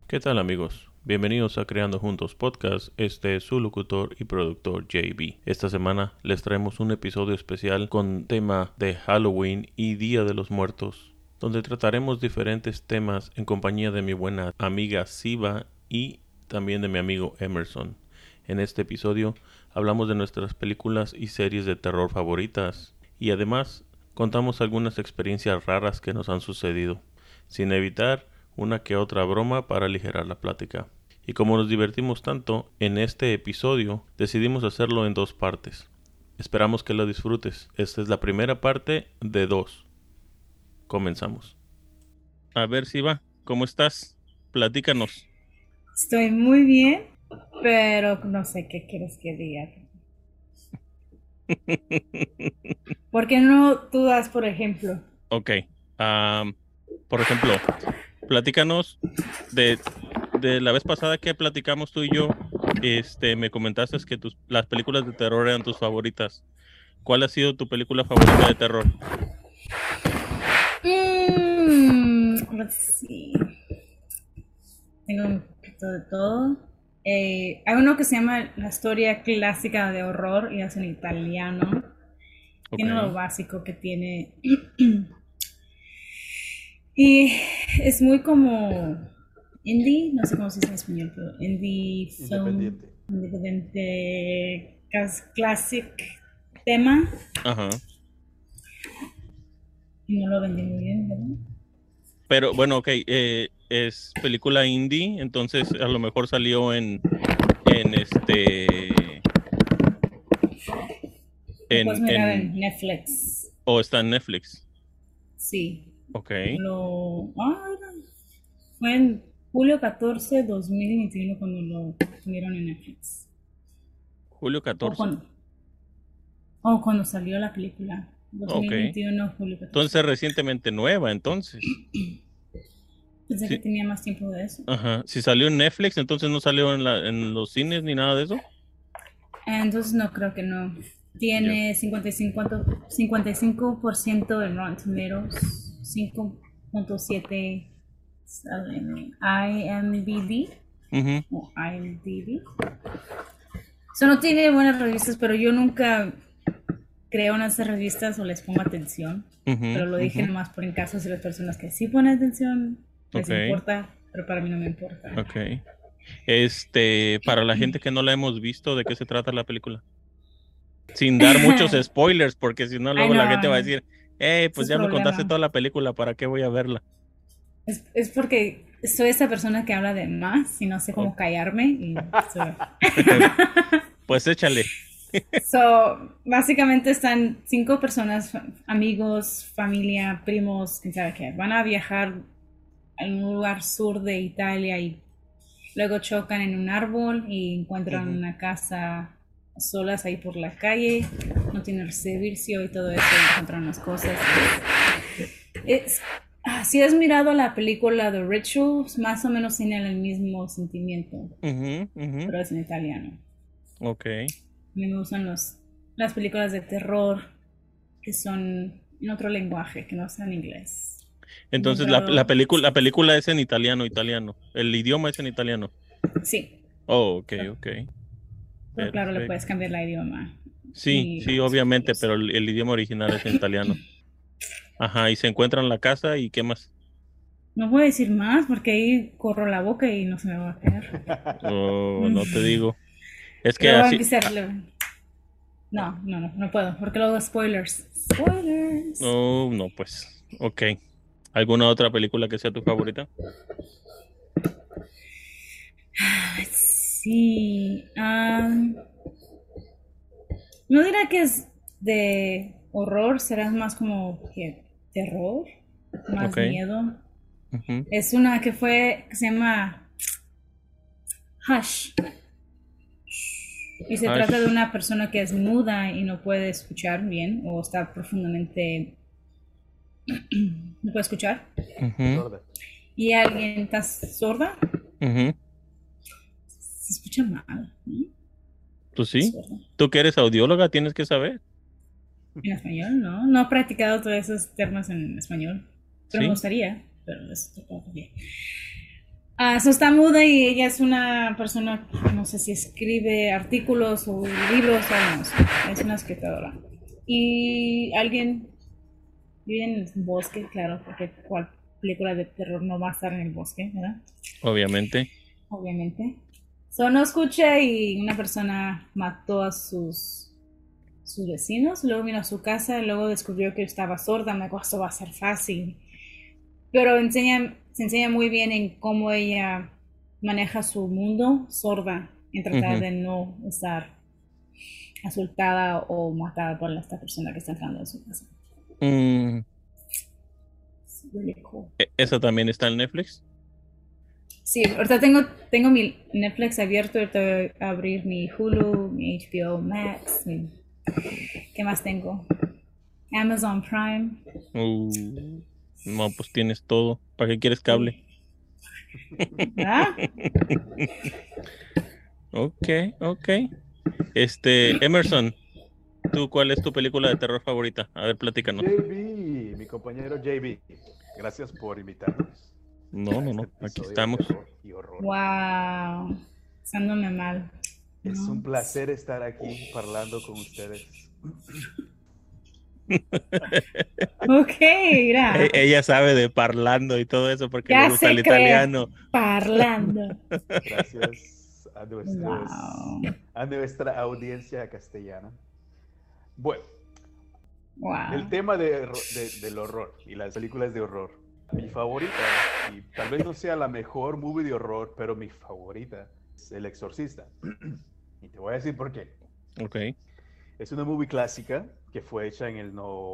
¿Qué tal amigos? Bienvenidos a Creando Juntos Podcast. Este es su locutor y productor JB. Esta semana les traemos un episodio especial con tema de Halloween y Día de los Muertos, donde trataremos diferentes temas en compañía de mi buena amiga Siva y también de mi amigo Emerson. En este episodio hablamos de nuestras películas y series de terror favoritas y además contamos algunas experiencias raras que nos han sucedido, sin evitar una que otra broma para aligerar la plática. Y como nos divertimos tanto en este episodio, decidimos hacerlo en dos partes. Esperamos que lo disfrutes. Esta es la primera parte de dos. Comenzamos. A ver, Siva, ¿cómo estás? Platícanos. Estoy muy bien, pero no sé qué quieres que diga. ¿Por qué no tú das, por ejemplo? Ok. am, por ejemplo, platícanos de, de la vez pasada que platicamos tú y yo. Me comentaste que las películas de terror eran tus favoritas. ¿Cuál ha sido tu película favorita de terror? Let's see. Tengo un poquito de todo. Hay uno que se llama La historia clásica de horror y es en italiano. Ok. Tiene lo básico que tiene. Y es muy como indie, no sé cómo se dice en español, pero indie film, Independiente. independiente, classic tema. Ajá. Y no lo vendí muy bien, ¿verdad? Pero bueno, ok, es película indie, entonces a lo mejor salió en Lo puedes mirar en, en Netflix. o está en Netflix. Sí. Ok. Fue en julio 14 2021 cuando lo tuvieron en Netflix. Julio O 14. cuando, o cuando salió la película. Ok. 2021, julio 14. Entonces recientemente nueva, entonces. Pensé que Sí, tenía más tiempo de eso. ajá. Si salió en Netflix, entonces no salió en los cines ni nada de eso. Entonces no creo que no. Yo. Tiene 55% en Rotten Tomatoes, 5.7 en IMDb Ujú. o IMDb. Eso no tiene buenas revistas, pero yo nunca creo en esas revistas o les pongo atención. Ujú, Pero lo ujú. dije nomás por en caso de las personas que sí ponen atención, les Ok, importa, pero para mí no me importa. ok. Para la gente que no la hemos visto, ¿de qué se trata la película? Sin dar muchos spoilers, porque si no, Ay, luego no, la gente va a decir, ese pues es ya me contaste problema. toda la película, ¿para qué voy a verla? Es porque soy esa persona que habla de más y no sé O- cómo callarme. Pues échale. Básicamente están 5 personas, amigos, familia, primos, quién sabe qué. Van a viajar a un lugar sur de Italia y luego chocan en un árbol y encuentran Ujú, una casa solas ahí por la calle. No tienen servicio y todo eso. Y encuentran las cosas. Es, si has mirado la película The Ritual, más o menos tiene el mismo sentimiento, ujú, ujú. pero es en italiano. Ok. A mí me gustan las películas de terror que son en otro lenguaje, que no sea en inglés. He Entonces encontrado, la película es en italiano, italiano. El idioma es en italiano. sí, Oh, ok, pero, ok. pero claro, le puedes Perfecto. cambiar la idioma Sí, y sí, obviamente, subtítulos. pero el idioma original es en italiano. Ajá, y se encuentran en la casa y ¿qué más? No voy a decir más porque ahí corro la boca y no se me va a caer. Oh, no te digo. Es Y que luego va a así. empezar. No puedo, porque luego spoilers. Spoilers. Oh, no, pues. Ok. ¿Alguna otra película que sea tu favorita? Sí. No dirá que es de horror, será más como que terror, más Ok. miedo. Ujú. Es una que se llama Hush. Y se trata de Ash. una persona que es muda y no puede escuchar bien o está profundamente... no puede escuchar. Ujú, Sorda. Y alguien está sorda, ujú. se escucha mal, ¿no? Pues sí. Sorda. Tú que eres audióloga, tienes que saber. En español, ¿no? No he practicado todos esos términos en español, pero me Sí. gustaría, pero es otro bien. Está muda y ella es una persona, no sé si escribe artículos o libros, o no sé, es una escritora. Y alguien vive en el bosque, claro, porque cual película de terror no va a estar en el bosque, ¿verdad? Obviamente. Obviamente. No escuché y una persona mató a sus vecinos, luego vino a su casa, luego descubrió que estaba sorda, me dijo, esto va a ser fácil. Pero se enseña muy bien en cómo ella maneja su mundo sorda, en tratar Ujú. de no estar asustada o matada por esta persona que está entrando en su casa. Mm, It's really cool. ¿Esa también está en Netflix? Sí, ahorita tengo mi Netflix abierto, ahorita voy a abrir mi Hulu, mi HBO Max, ¿qué más tengo? Amazon Prime. Uh, no, pues tienes todo. ¿Para qué quieres cable? Sí. ¿Verdad? Ok, ok. Emerson, ¿tú cuál es tu película de terror favorita? A ver, platícanos. JB, mi compañero JB, gracias por invitarnos No, a no, este no, aquí episodio de estamos. terror y horror. Wow. Pasándome mal. Es un No. placer estar aquí hablando con ustedes. Ok, mira. Ella sabe de parlando y todo eso porque le Ya gusta el se cree. italiano. Parlando. Gracias Wow. a nuestra audiencia castellana. Bueno, el Wow. tema del horror y las películas de horror. Mi favorita, y tal vez no sea la mejor movie de horror, pero mi favorita es El Exorcista. Y te voy a decir por qué. Ok. Es una movie clásica que fue hecha en el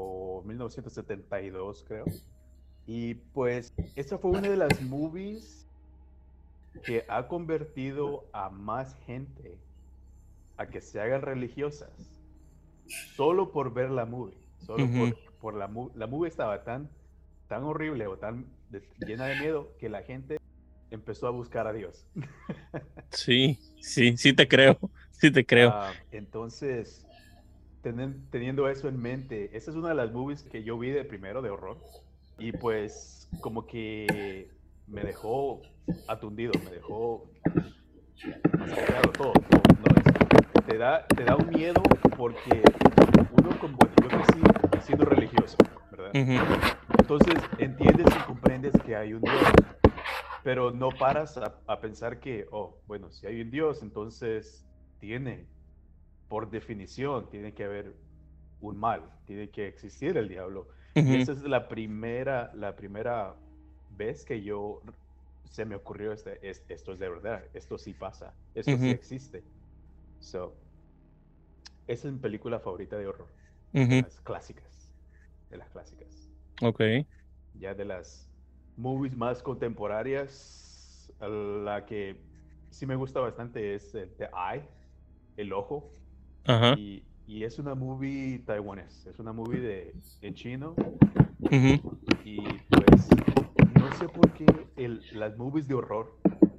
1972, creo. Y pues esta fue una de las movies que ha convertido a más gente a que se hagan religiosas solo por ver la movie. Solo Ujú. por la movie estaba tan horrible o llena de miedo que la gente empezó a buscar a Dios. Sí, sí, sí te creo. Sí te creo. Entonces, teniendo eso en mente, esa es una de las movies que yo vi de primero de horror. Y pues como que me dejó atundido, me dejó masacrado, todo, no, te da un miedo porque bueno, yo crecí siendo religioso, ¿verdad? Ujú. Entonces entiendes y comprendes que hay un Dios, pero no paras a pensar que, oh, bueno, si hay un Dios, entonces por definición, tiene que haber un mal, tiene que existir el diablo. Y Ujú. esa es la primera vez que se me ocurrió esto es de verdad, esto sí pasa, esto sí Ujú. existe. So, esa es mi película favorita de horror, de Ujú. las clásicas, de las clásicas. Ok. Ya de las movies más contemporáneas, la que sí me gusta bastante es The Eye, El Ojo. Ajá. Y es una movie taiwanés, es una movie en chino. Ujú. Y pues no sé por qué las movies de horror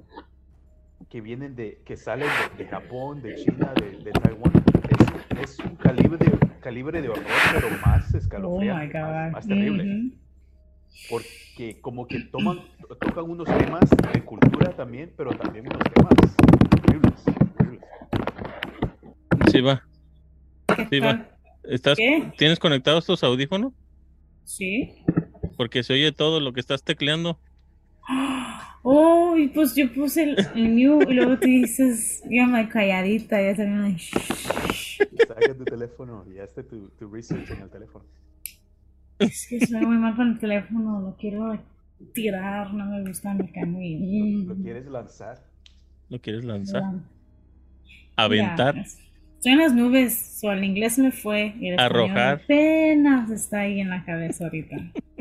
que salen de Japón, de China, de Taiwán, es un calibre de horror, pero más Oh my escalofriante, God. más terrible. Mhm. Porque como que tocan unos temas de cultura también, pero también unos temas horribles, horribles. Sí va, ¿Qué sí va. tal? ¿Estás, ¿Qué? tienes conectados tus audífonos? Sí. Porque se oye todo lo que estás tecleando. Oh, y pues yo puse el mute y luego tú dices, yo me calladita, ya también like, shh. Saca tu teléfono y hazte tu research en el teléfono. Es que soy muy mal con el teléfono, lo quiero like, tirar, no me gusta, me cae muy... ¿Lo quieres lanzar? ¿Lo quieres lanzar? Ya, ya, Aventar, estoy en las nubes, o el inglés me fue y el español arrojar. apenas está ahí en la cabeza ahorita.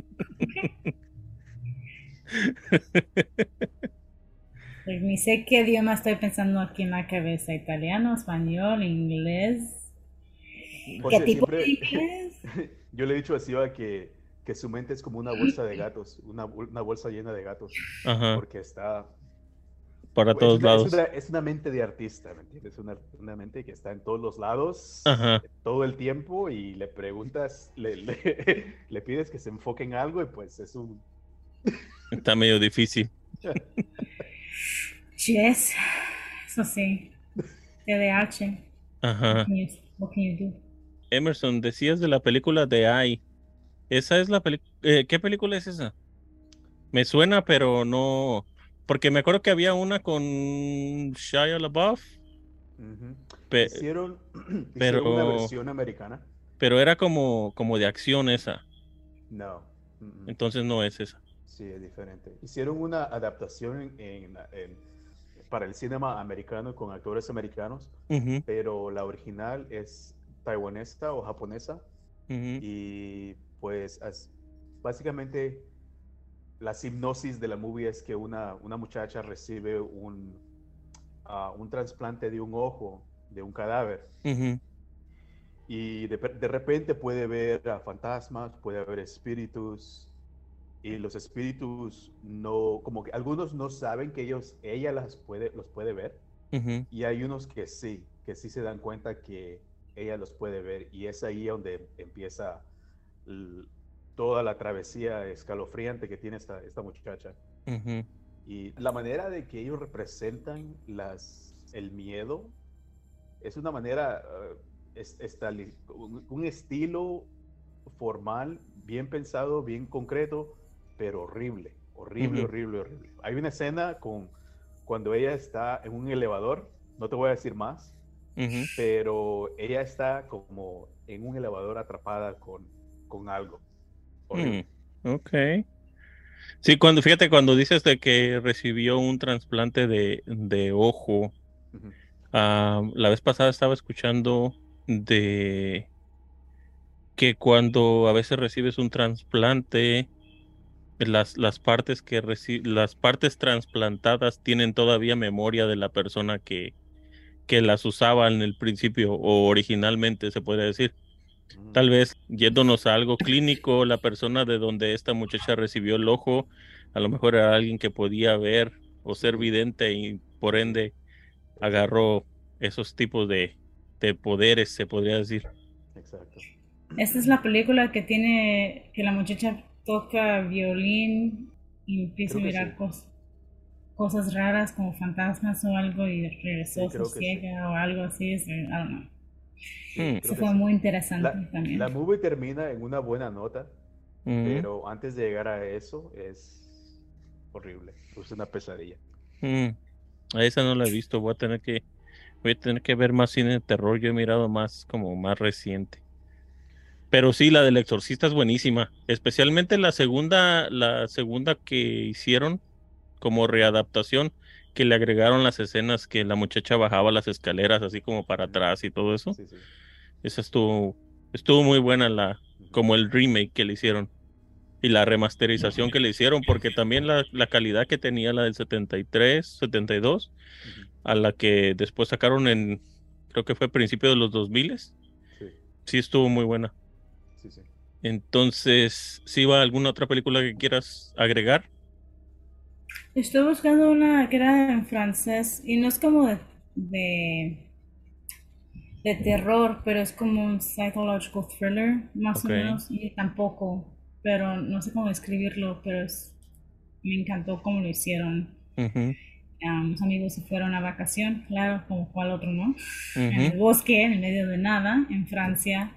Pues ni sé qué idioma estoy pensando aquí en la cabeza, italiano, español, inglés. ¿Qué José, tipo de siempre inglés? yo le he dicho a Siva que su mente es como una bolsa de gatos, una bolsa llena de gatos, Ajá, porque está... para todos lados. Es una mente de artista, ¿me entiendes? Una mente que está en todos los lados, Ajá, todo el tiempo, y le preguntas, le pides que se enfoque en algo, y pues es un... está medio difícil. Yes, eso sí. TDAH. Ajá. What can you do? Emerson, decías de la película de AI. Esa es la película. ¿Qué película es esa? Me suena, pero no. Porque me acuerdo que había una con Shia LaBeouf, Ujú. pe- Hicieron, hicieron una pero, versión americana. pero era como de acción esa. No. Mm, mm. Entonces no es esa. Sí, es diferente. Hicieron una adaptación para el cinema americano con actores americanos, Ujú, pero la original es taiwanesa o japonesa ujú, y pues básicamente la hipnosis de la movie es que una muchacha recibe un trasplante de un ojo de un cadáver ujú, y de repente puede ver a fantasmas, puede ver espíritus y los espíritus no, como que algunos no saben que ella los puede ver ujú, y hay unos que sí se dan cuenta que ella los puede ver y es ahí donde empieza l- toda la travesía escalofriante que tiene esta muchacha. ujú, Y la manera de que ellos representan el miedo es una manera, un estilo formal, bien pensado, bien concreto, pero horrible, horrible, ujú, horrible, horrible. Hay una escena cuando ella está en un elevador, no te voy a decir más, ujú. pero ella está como en un elevador atrapada con algo Mm, horrible. ok. Sí, fíjate, cuando dices de que recibió un trasplante de ojo, Ujú. la vez pasada estaba escuchando de que cuando a veces recibes un trasplante, las partes trasplantadas tienen todavía memoria de la persona que las usaba en el principio o originalmente, se podría decir. Mm. Tal vez yéndonos a algo clínico, la persona de donde esta muchacha recibió el ojo, a lo mejor era alguien que podía ver o ser Sí, vidente y por sí, sí, ende exacto, agarró esos tipos de poderes, se podría decir. exacto. Esta es la película que tiene que la muchacha toca violín y empieza Creo a que sí, mirar cosas raras como fantasmas o algo y sí, regresó su creo que sí. ciega o algo así. I don't know. Sí, Mm, creo Eso que fue sí. muy interesante La también. movie termina en una buena nota, mm, pero antes de llegar a eso es horrible. Es una pesadilla. mm. A esa no la he visto, voy a tener que ver más cine de terror, yo he mirado más como más reciente. Pero sí, la del Exorcista es buenísima, especialmente la segunda que hicieron como Ujú, readaptación, que le agregaron las escenas que la muchacha bajaba las escaleras así como para ujú. atrás y todo eso. Sí, sí. Esa estuvo muy buena Ujú. como el remake que le hicieron y la remasterización que le hicieron, porque también la calidad que tenía la del 73, 72, Ujú. a la que después sacaron creo que fue principio de los 2000, Sí, sí estuvo muy buena. sí, sí. Entonces, ¿sí va alguna otra película que quieras agregar? Estoy buscando una que era en francés y no es como de, de terror, pero es como un psychological thriller, más o Ok. menos, y tampoco, pero no sé cómo describirlo, pero me encantó cómo lo hicieron. Ujú, Mis amigos se fueron a vacación, claro, como cual otro, ¿no? En ujú, el bosque, en el medio de nada, en Francia.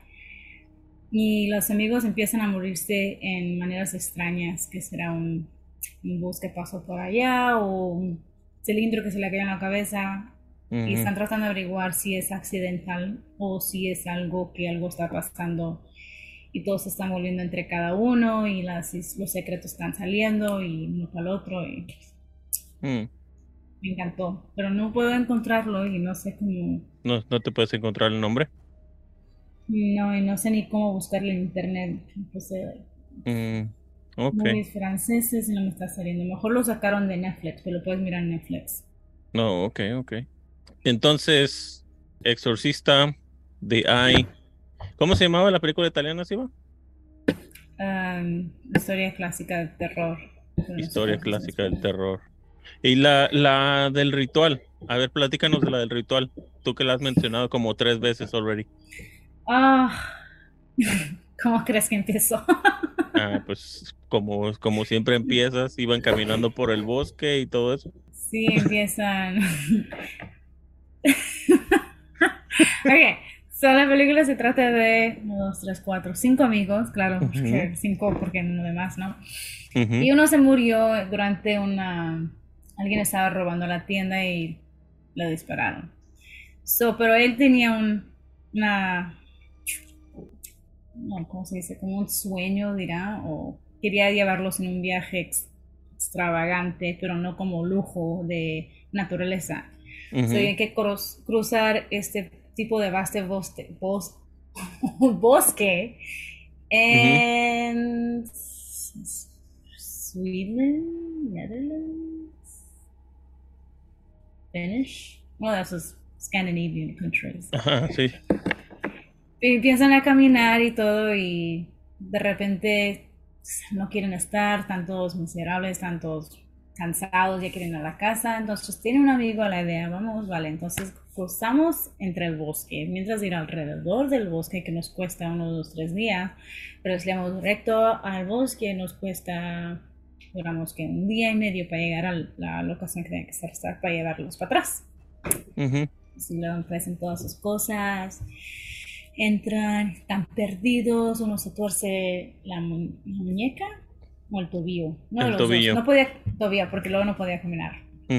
Y los amigos empiezan a morirse en maneras extrañas, que será un bus que pasó por allá o un cilindro que se le cayó en la cabeza. Y ujú, están tratando de averiguar si es accidental o si es algo que algo está pasando. Y todos se están volviendo entre cada uno y los secretos están saliendo y uno para el otro. Y mm. me encantó, pero no puedo encontrarlo y no sé cómo, No, no te puedes encontrar el nombre. no, y no sé ni cómo buscarlo en internet. Entonces, Mm, ok. movies franceses y no me está saliendo. Mejor lo sacaron de Netflix, pero lo puedes mirar en Netflix. No, ok, ok. Entonces, Exorcista, The Eye. ¿Cómo se llamaba la película italiana, Siva? La historia clásica de terror, pero no sé Historia cómo se dice en clásica del español. terror. Y la del ritual. A ver, platícanos de la del ritual. Tú que la has mencionado como 3 veces already. Ah, ¿cómo crees que empezó? Ah, pues como siempre empiezas, iban caminando por el bosque y todo eso. Sí, empiezan. Ok, so la película se trata de 1, 2, 3, 4, 5 amigos, claro, porque 5 porque no demás, ¿no? Y uno se murió durante una... Alguien estaba robando la tienda y le dispararon. Pero él tenía una... No, ¿cómo se dice? Como un sueño, dirá, o quería llevarlos en un viaje extravagante, pero no como lujo de naturaleza. Hay que cruzar este tipo de vasto bosque en Sweden, Netherlands, Finnish, one of those Scandinavian countries. Ajá, sí. Y empiezan a caminar y todo y de repente no quieren estar, están todos miserables, están todos cansados, ya quieren ir a la casa. Entonces tiene un amigo la idea, vamos, vale, entonces cruzamos entre el bosque, mientras ir alrededor del bosque que nos cuesta 1, 2, 3 días, pero si vamos directo al bosque nos cuesta, digamos que 1 día y medio para llegar a la locación que tiene que estar para llevarlos para atrás. Así luego ofrecen todas sus cosas. Entran, están perdidos, uno se tuerce la muñeca o el tobillo. No, el tobillo. No podía tobillo porque luego no podía caminar.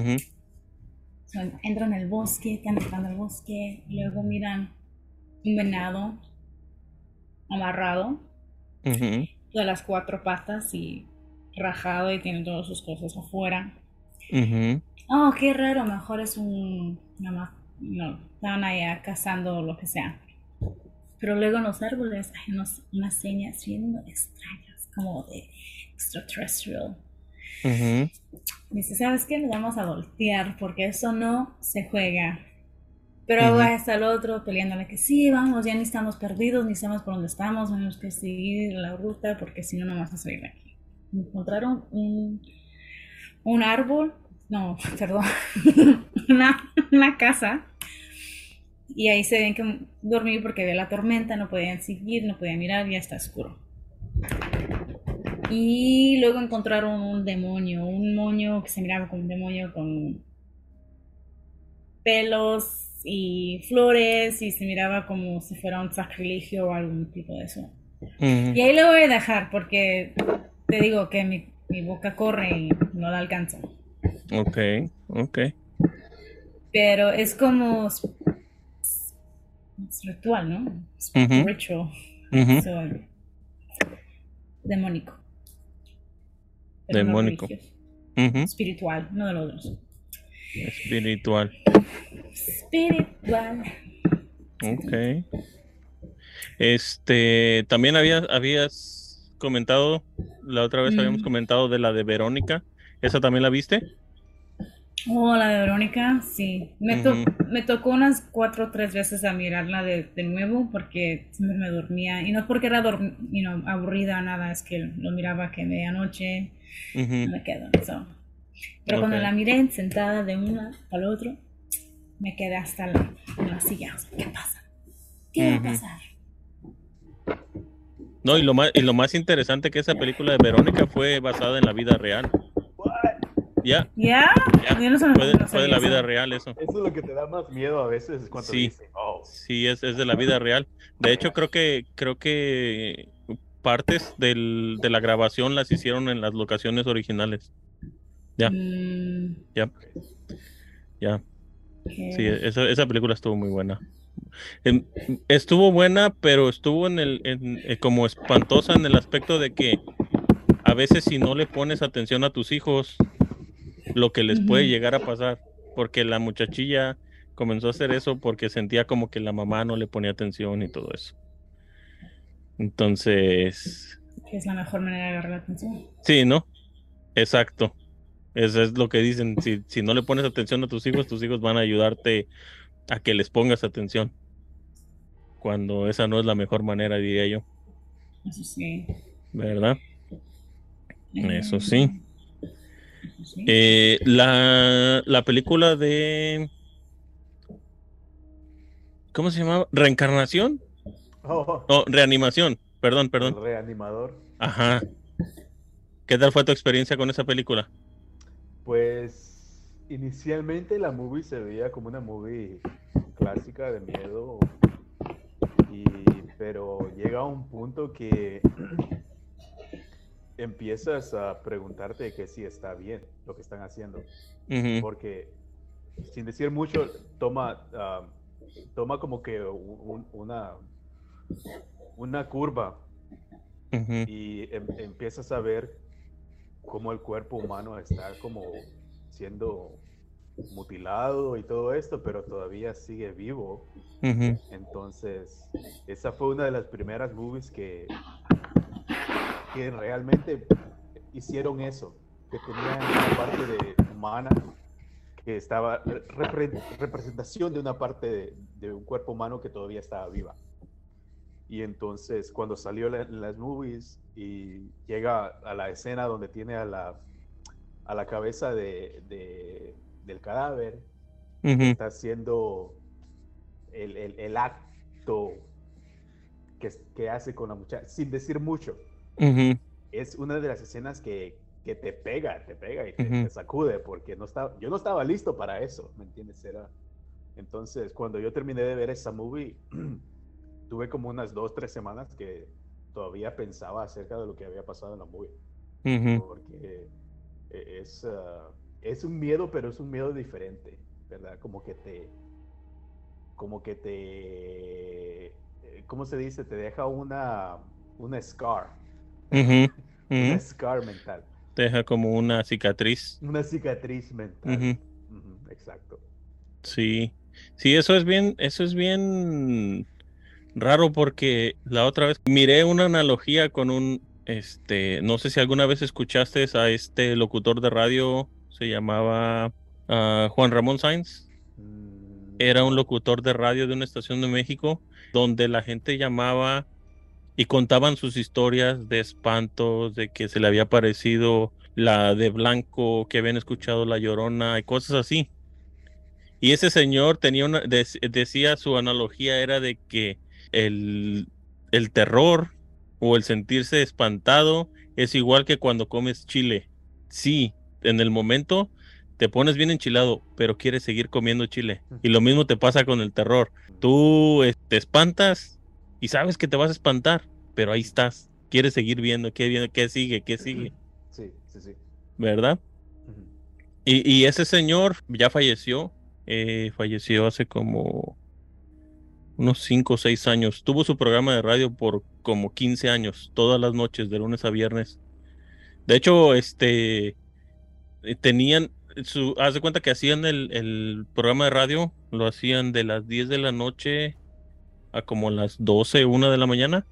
Entran al bosque, están entrando al bosque, luego miran un venado amarrado de las 4 patas y rajado y tiene todas sus cosas afuera. Oh, qué raro, mejor es no, estaban allá cazando o lo que sea. Pero luego en los árboles hay unas señas bien extrañas, como de extraterrestrial. Dice, ¿sabes qué? Nos vamos a voltear porque eso no se juega. Pero hasta el otro peleándole que sí, vamos, ya ni estamos perdidos, ni estamos por donde estamos, tenemos que seguir la ruta porque si no, no vamos a salir de aquí. Encontraron un árbol, no, perdón, una casa. Y ahí se ven que dormir porque había la tormenta, no podían seguir, no podían mirar, ya está oscuro. Y luego encontraron un demonio, un moño que se miraba como un demonio con pelos y flores y se miraba como si fuera un sacrilegio o algún tipo de eso. Y ahí lo voy a dejar porque te digo que mi boca corre y no la alcanzo. Ok. Pero es como... Es ritual, ¿no? Es ritual. Demónico. Pero demónico. No espiritual, no de los dos. Espiritual. Ok. También habías comentado, la otra vez habíamos comentado de la de Verónica. ¿Esa también la viste? Oh, la de Verónica, sí. Me tocó unas 4 o 3 veces a mirarla de nuevo porque siempre me dormía. Y no es porque era aburrida o nada, es que lo miraba que medianoche no me quedo. Pero cuando la miré sentada de una al otro, me quedé hasta en la silla. ¿Qué pasa? ¿Qué va a pasar? No, y lo más interesante que esa película de Verónica fue basada en la vida real. ¿Ya? Fue de la vida real eso. Eso es lo que te da más miedo a veces, es cuando dicen, Sí, es de la vida real. De hecho, creo que partes de la grabación las hicieron en las locaciones originales. Ya. Okay. Sí, esa película estuvo muy buena. Estuvo buena, pero estuvo como espantosa en el aspecto de que a veces si no le pones atención a tus hijos, lo que les puede llegar a pasar, porque la muchachilla comenzó a hacer eso porque sentía como que la mamá no le ponía atención y todo eso. Entonces... ¿Qué es la mejor manera de agarrar la atención? Sí, ¿no? Exacto. Eso es lo que dicen. Si no le pones atención a tus hijos van a ayudarte a que les pongas atención. Cuando esa no es la mejor manera, diría yo. Eso sí. ¿Verdad? Eso sí. La película de... ¿Cómo se llamaba? ¿Reencarnación? Reanimación. Perdón. El reanimador. Ajá. ¿Qué tal fue tu experiencia con esa película? Pues inicialmente la movie se veía como una movie clásica de miedo, pero llega a un punto que empiezas a preguntarte que si está bien lo que están haciendo. Ujú, Porque, sin decir mucho, toma como que una curva ujú, y empiezas a ver cómo el cuerpo humano está como siendo mutilado y todo esto, pero todavía sigue vivo. ujú, Entonces, esa fue una de las primeras movies que realmente hicieron eso, que tenían una parte humana, que estaba representación de una parte de un cuerpo humano que todavía estaba viva. Y entonces cuando salió en las movies y llega a la escena donde tiene a la cabeza del cadáver, que ujú, está haciendo el acto que hace con la muchacha, sin decir mucho, ujú, es una de las escenas que te pega y ujú. te sacude, porque yo no estaba listo para eso, ¿me entiendes? Entonces, cuando yo terminé de ver esa movie, tuve como unas 2, 3 semanas que todavía pensaba acerca de lo que había pasado en la movie, Ujú, porque es un miedo, pero es un miedo diferente, ¿verdad? ¿Cómo se dice? Te deja una scar, ujú, una ujú. scar mental, Deja como una cicatriz. una cicatriz mental. Ujú, Ujú, exacto. sí, sí, eso es bien raro porque la otra vez miré una analogía con no sé si alguna vez escuchaste a este locutor de radio, se llamaba Juan Ramón Sáenz. Era un No. locutor de radio de una estación de México donde la gente llamaba y contaban sus historias de espantos, de que se le había parecido la de Blanco, que habían escuchado La Llorona y cosas así. Y ese señor decía su analogía era de que el, el terror o el sentirse espantado es igual que cuando comes chile. Sí, en el momento te pones bien enchilado, pero quieres seguir comiendo chile. Y lo mismo te pasa con el terror. Tú te espantas y sabes que te vas a espantar, pero ahí estás. Quieres seguir viendo, qué sigue, Sí, sí, sí. ¿verdad? Ujú. Y ese señor ya falleció, falleció hace como unos 5 o 6 años. Tuvo su programa de radio por como 15 años, todas las noches, de lunes a viernes. De hecho, tenían haz de cuenta que hacían el programa de radio, lo hacían de las 10 de la noche a como las 12, 1 de la mañana.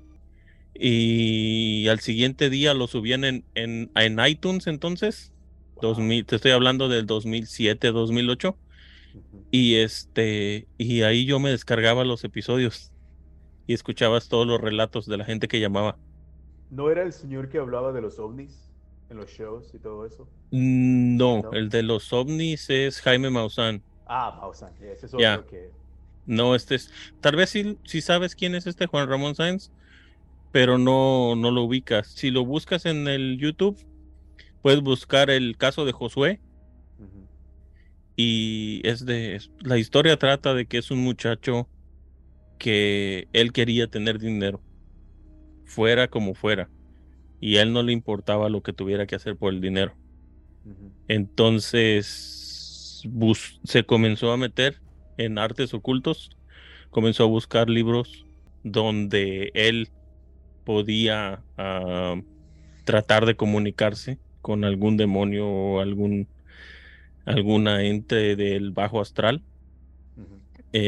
Y al siguiente día lo subían en iTunes entonces. Wow. Te estoy hablando del 2007, 2008. Ujú. Y ahí yo me descargaba los episodios y escuchabas todos los relatos de la gente que llamaba. ¿No era el señor que hablaba de los ovnis en los shows y todo eso? No, ¿No? el de los ovnis es Jaime Maussan. Ah, Pausan, ese es Ya, otro que... no, tal vez sí sabes quién es este Juan Ramón Sáenz, pero no lo ubicas. Si lo buscas en el YouTube, puedes buscar el caso de Josué Ujú, y la historia trata de que es un muchacho que él quería tener dinero, fuera como fuera, y a él no le importaba lo que tuviera que hacer por el dinero. ujú, Entonces se comenzó a meter en artes ocultos, comenzó a buscar libros donde él podía tratar de comunicarse con algún demonio o alguna ente del bajo astral. ujú.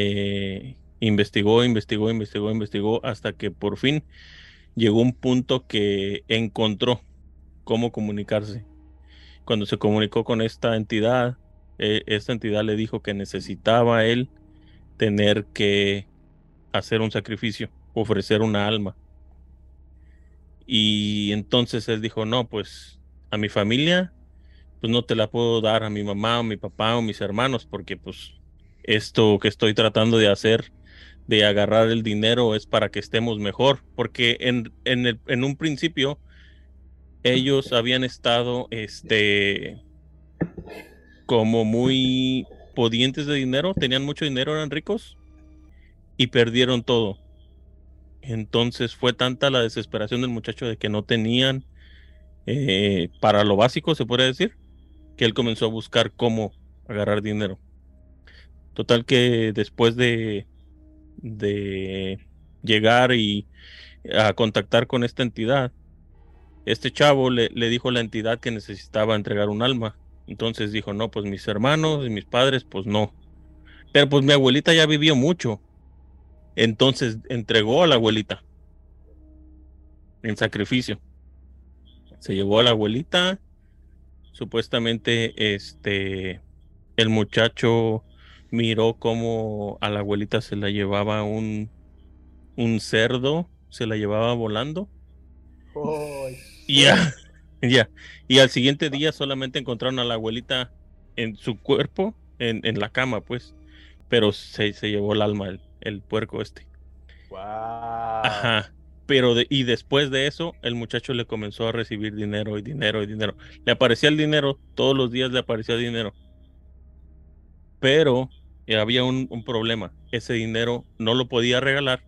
Investigó hasta que por fin llegó un punto que encontró cómo comunicarse. Cuando se comunicó con esta entidad le dijo que necesitaba él tener que hacer un sacrificio, ofrecer una alma. Y entonces él dijo, no, pues a mi familia, pues no te la puedo dar a mi mamá o mi papá o mis hermanos, porque pues esto que estoy tratando de hacer, de agarrar el dinero, es para que estemos mejor, porque en un principio ellos habían estado, como muy pudientes de dinero, tenían mucho dinero, eran ricos y perdieron todo. Entonces fue tanta la desesperación del muchacho de que no tenían para lo básico, se puede decir, que él comenzó a buscar cómo agarrar dinero. Total que después de llegar y a contactar con esta entidad, este chavo le dijo a la entidad que necesitaba entregar un alma. Entonces dijo, no, pues mis hermanos y mis padres, pues no. Pero pues mi abuelita ya vivió mucho. Entonces entregó a la abuelita en sacrificio. Se llevó a la abuelita. Supuestamente, el muchacho miró cómo a la abuelita se la llevaba un cerdo, se la llevaba volando. Oh, Y ya, ya. Y al siguiente día solamente encontraron a la abuelita en su cuerpo, en la cama, pues. Pero se llevó el alma, el puerco este. wow. Ajá. Y después de eso, el muchacho le comenzó a recibir dinero y dinero y dinero. Le aparecía el dinero, todos los días le aparecía dinero. Pero había un problema. Ese dinero no lo podía regalar,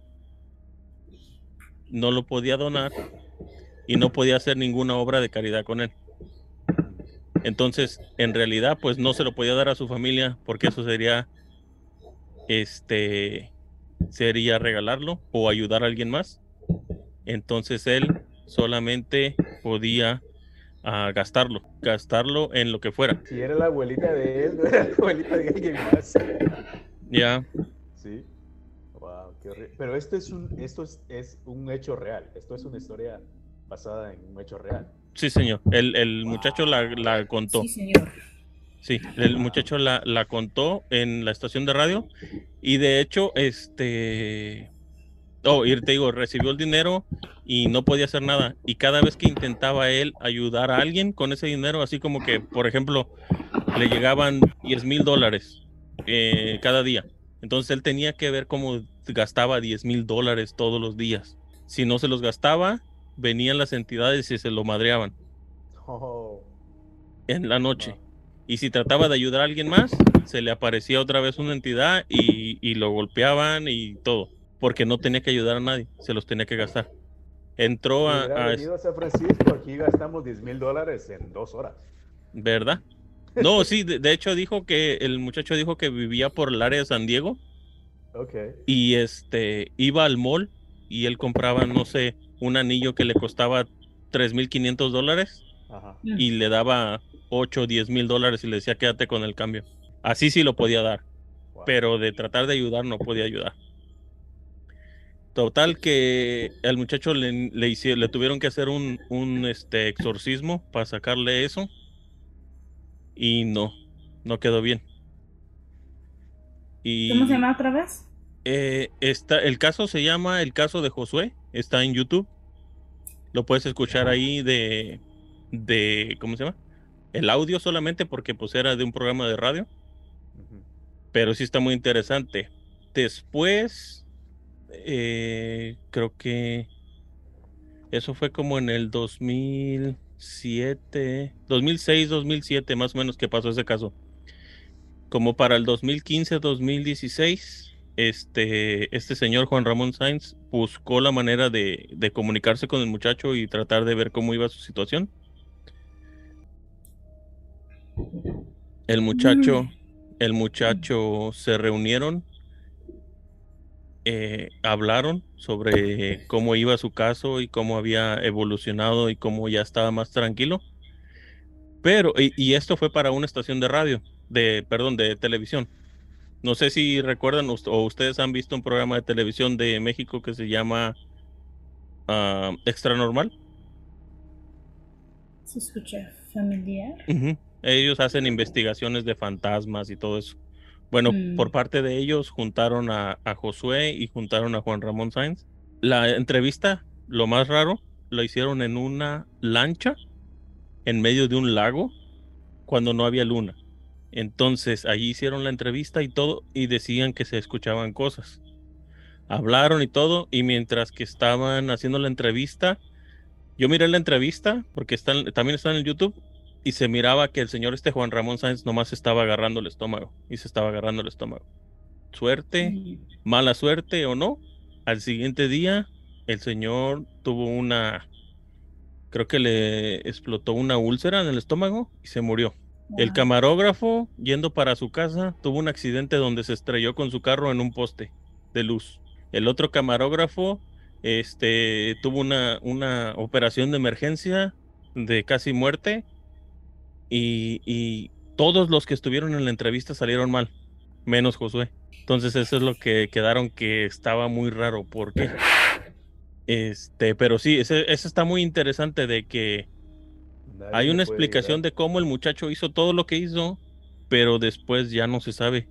no lo podía donar y no podía hacer ninguna obra de caridad con él. Entonces, en realidad, pues no se lo podía dar a su familia porque eso este, sería regalarlo o ayudar a alguien más. Entonces él solamente podía gastarlo en lo que fuera. Si era la abuelita de él, no era la abuelita de alguien más. Ya, Sí. Wow, qué horrible. Pero es un hecho real. Esto es una historia basada en un hecho real. sí, señor. El muchacho la Sí, contó. señor. Sí, el Wow. muchacho la contó en la estación de radio y de hecho, y te digo, recibió el dinero y no podía hacer nada. Y cada vez que intentaba él ayudar a alguien con ese dinero, así como que, por ejemplo, le llegaban $10,000 cada día. Entonces él tenía que ver cómo gastaba $10,000 todos los días. Si no se los gastaba, venían las entidades y se lo madreaban Oh, en la no. noche. Y si trataba de ayudar a alguien más, se le aparecía otra vez una entidad y lo golpeaban y todo, porque no tenía que ayudar a nadie, se los tenía que gastar. Entró Si hubiera venido a San Francisco, aquí gastamos $10,000 en 2 horas. ¿verdad? No, sí, de hecho dijo que el muchacho dijo que vivía por el área de San Diego Ok. y iba al mall y él compraba, no sé, un anillo que le costaba $3,500 Ajá. y le daba 8 o 10,000 dólares y le decía quédate con el cambio. Así sí lo podía dar, Wow. pero de tratar de ayudar no podía ayudar. Total que al muchacho le tuvieron que hacer un exorcismo para sacarle eso y no quedó bien. ¿Cómo se Y llama otra vez? el caso se llama el caso de Josué, está en YouTube, lo puedes escuchar ahí ¿cómo se llama? El audio solamente porque pues era de un programa de radio, Ujú. pero sí está muy interesante. Después, creo que eso fue como en el 2007, 2006, 2007, más o menos que pasó ese caso. Como para el 2015, 2016, este señor Juan Ramón Sáenz buscó la manera de comunicarse con el muchacho y tratar de ver cómo iba su situación. El Mm. muchacho, el muchacho se reunieron, hablaron sobre cómo iba su caso y cómo había evolucionado y cómo ya estaba más tranquilo. Pero, y esto fue para una estación de radio, perdón, de televisión. No sé si recuerdan o ustedes han visto un programa de televisión de México que se llama Extra Normal. Se escucha familiar. Ujú. Ellos hacen investigaciones de fantasmas y todo eso. Bueno, por Mm. parte de ellos juntaron a Josué y juntaron a Juan Ramón Sáenz. La entrevista, lo más raro, lo hicieron en una lancha en medio de un lago cuando no había luna. Entonces, allí hicieron la entrevista y todo y decían que se escuchaban cosas. Hablaron y todo y mientras que estaban haciendo la entrevista, yo miré la entrevista porque también está en el YouTube y se miraba que el señor Juan Ramón Sáenz nomás estaba agarrando el estómago y se estaba agarrando el estómago. Suerte, mala suerte o no, al siguiente día el señor tuvo creo que le explotó una úlcera en el estómago y se murió. El Wow. camarógrafo, yendo para su casa, tuvo un accidente donde se estrelló con su carro en un poste de luz. El otro camarógrafo, tuvo una operación de emergencia de casi muerte y todos los que estuvieron en la entrevista salieron mal, menos Josué. Entonces eso es lo que quedaron que estaba muy raro. ¿Por qué? Pero sí, ese está muy interesante de que Nadie hay le una puede explicación ayudar. de cómo el muchacho hizo todo lo que hizo, pero después ya no se sabe,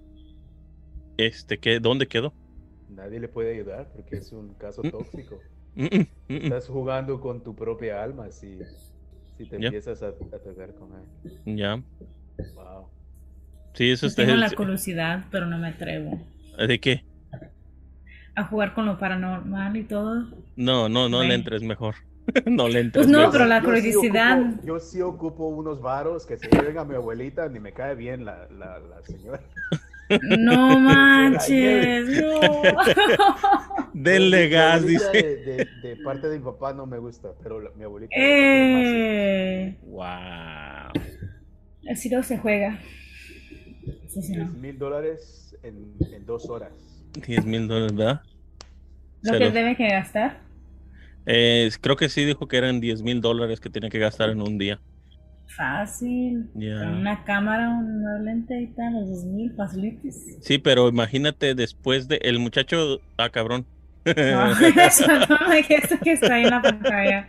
dónde quedó. Nadie le puede ayudar porque es un caso Mm, tóxico. mm, mm, mm, mm. Estás jugando con tu propia alma si te Ya, empiezas a tocar con él. ya. Wow. Sí, eso Yo tengo la curiosidad, pero no me atrevo ¿de qué? a jugar con lo paranormal y todo. No, no, no le Ve. entres mejor. No le Pues entres no, pero mejor. la curiosidad. Yo sí ocupo unos varos que se lleven a mi abuelita, ni me cae bien la señora. No Se la lleve. manches, no. Bueno, Denle mi gas, abuelita dice. de parte de mi papá no me gusta, pero mi abuelita de parte de mamá sí. Wow. Así no se juega. Sí, sí, no. $10,000 en 2 horas. $10,000, ¿verdad? Lo Se que los, debe que gastar. creo que sí dijo que eran $10,000 que tenía que gastar en un día. Fácil. Con Ya. una cámara, un lente y tal, los 2000 facilities. Sí, pero imagínate después el muchacho, cabrón. No, eso no me eso que está ahí en la pantalla.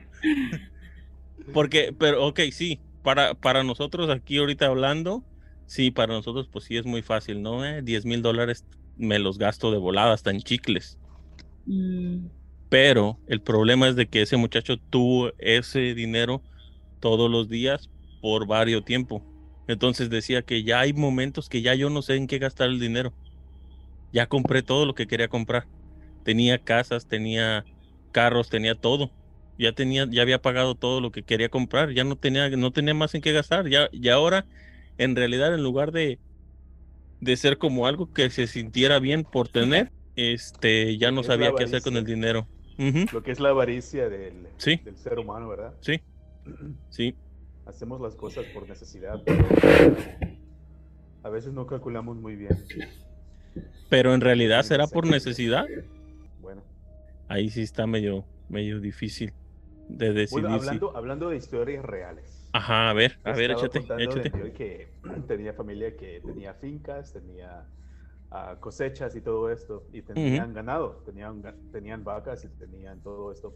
Pero, ok, sí, para nosotros aquí ahorita hablando, sí, para nosotros pues sí es muy fácil, ¿no? $10,000 me los gasto de volada, hasta en chicles. Mm, Pero el problema es de que ese muchacho tuvo ese dinero todos los días por varios tiempo. Entonces decía que ya hay momentos que ya yo no sé en qué gastar el dinero. Ya compré todo lo que quería comprar. Tenía casas, tenía carros, tenía todo. Ya había pagado todo lo que quería comprar, ya no tenía más en qué gastar. Y ahora, en realidad, en lugar de ser como algo que se sintiera bien por tener, ya Lo no que es la sabía qué hacer con el avaricia. dinero. Ujú. Lo que es la avaricia Sí, del ser humano, ¿verdad? sí, sí. Hacemos las cosas por necesidad, pero a veces no calculamos muy bien. Pero en Y realidad será termina por sacando. necesidad. Bueno, Ahí sí está medio difícil de bueno, decidir si. hablando de historias reales. Ajá, Te a ver, estaba échate, contando de échate. anterior que tenía familia que tenía fincas, tenía cosechas y todo esto, y Ujú, tenían ganado, tenían vacas y tenían todo esto.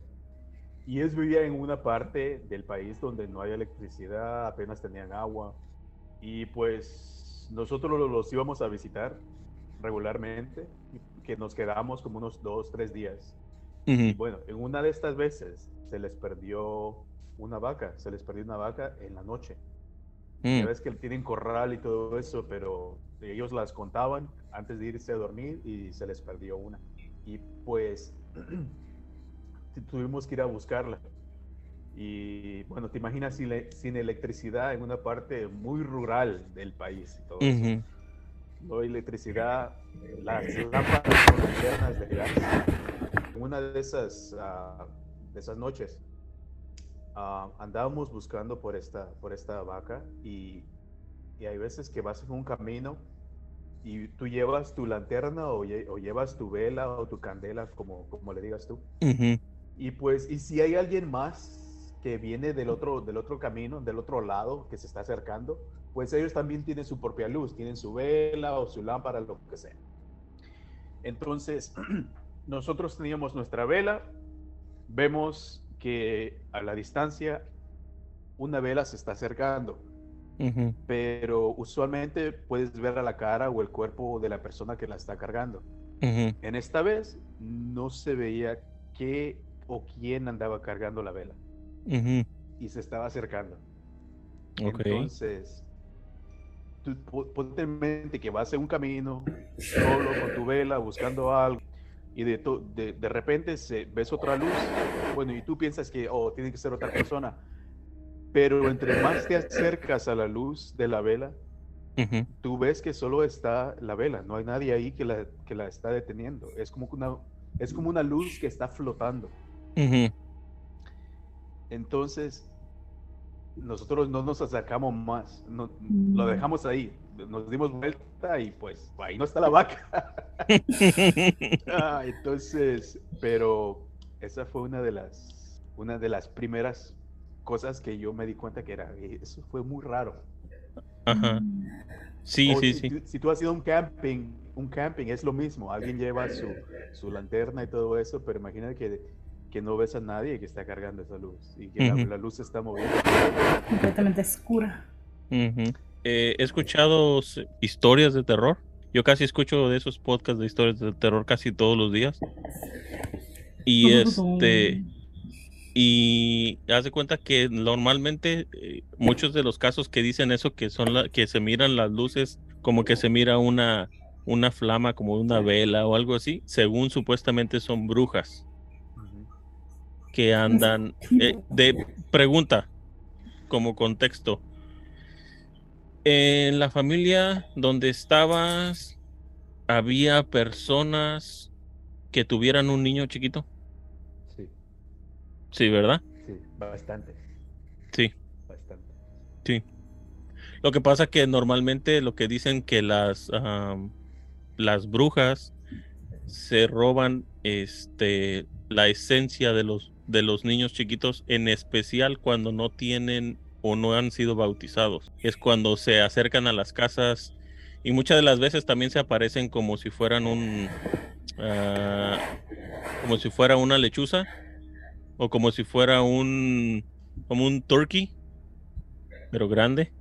Y ellos vivían en una parte del país donde no hay electricidad, apenas tenían agua. Y pues nosotros los íbamos a visitar regularmente, que nos quedamos como unos 2, 3 días. Y ujú, bueno, en una de estas veces se les perdió una vaca, en la noche. Ya mm, ves que tienen corral y todo eso, pero ellos las contaban antes de irse a dormir y se les perdió una. Y pues tuvimos que ir a buscarla. Y bueno, te imaginas sin electricidad en una parte muy rural del país y todo eso. ujú, No hay electricidad, las lámparas son linternas de gas. En una de esas noches andábamos buscando por esta vaca y hay veces que vas en un camino y tú llevas tu lanterna o llevas tu vela o tu candela, como le digas tú. ujú, Y pues, y si hay alguien más que viene del otro camino, del otro lado, que se está acercando, pues ellos también tienen su propia luz, tienen su vela o su lámpara, lo que sea. Entonces, nosotros teníamos nuestra vela, vemos que a la distancia una vela se está acercando, ujú, pero usualmente puedes ver a la cara o el cuerpo de la persona que la está cargando. ujú, En esta vez no se veía qué o quién andaba cargando la vela ujú. y se estaba acercando. Ok. Entonces, tú ponte en mente que vas en un camino solo con tu vela buscando algo y de repente ves otra luz, bueno, y tú piensas que, oh, tiene que ser otra persona, Pero entre más te acercas a la luz de la vela, Ujú, tú ves que solo está la vela, no hay nadie ahí que la está deteniendo. Es como una luz que está flotando. ujú, Entonces, nosotros no nos acercamos más, lo Mm. dejamos ahí, nos dimos vuelta y pues ahí no está la vaca. Entonces, pero esa fue una de las primeras cosas que yo me di cuenta que era, eso fue muy raro. Ajá. Sí, O sí, sí. si tú has ido a un camping es lo mismo, alguien lleva su lanterna y todo eso, pero imagínate que no ves a nadie que está cargando esa luz y que Ujú, la luz se está moviendo. Completamente oscura. ujú. He escuchado historias de terror. Yo casi escucho de esos podcasts de historias de terror casi todos los días. Y y haz de cuenta que normalmente muchos de los casos que dicen eso, que son que se miran las luces, como que se mira una flama, como una vela o algo así, según supuestamente son brujas Ujú. que andan, pregunta como contexto. En la familia donde estabas, ¿había personas que tuvieran un niño chiquito? Sí, Sí, ¿verdad? sí, bastante, Sí, bastante. sí. Lo que pasa que normalmente lo que dicen que las brujas se roban la esencia de los niños chiquitos, en especial cuando no tienen o no han sido bautizados. Es cuando se acercan a las casas y muchas de las veces también se aparecen como si fueran ah, como si fuera una lechuza o como si fuera como un turkey, pero grande.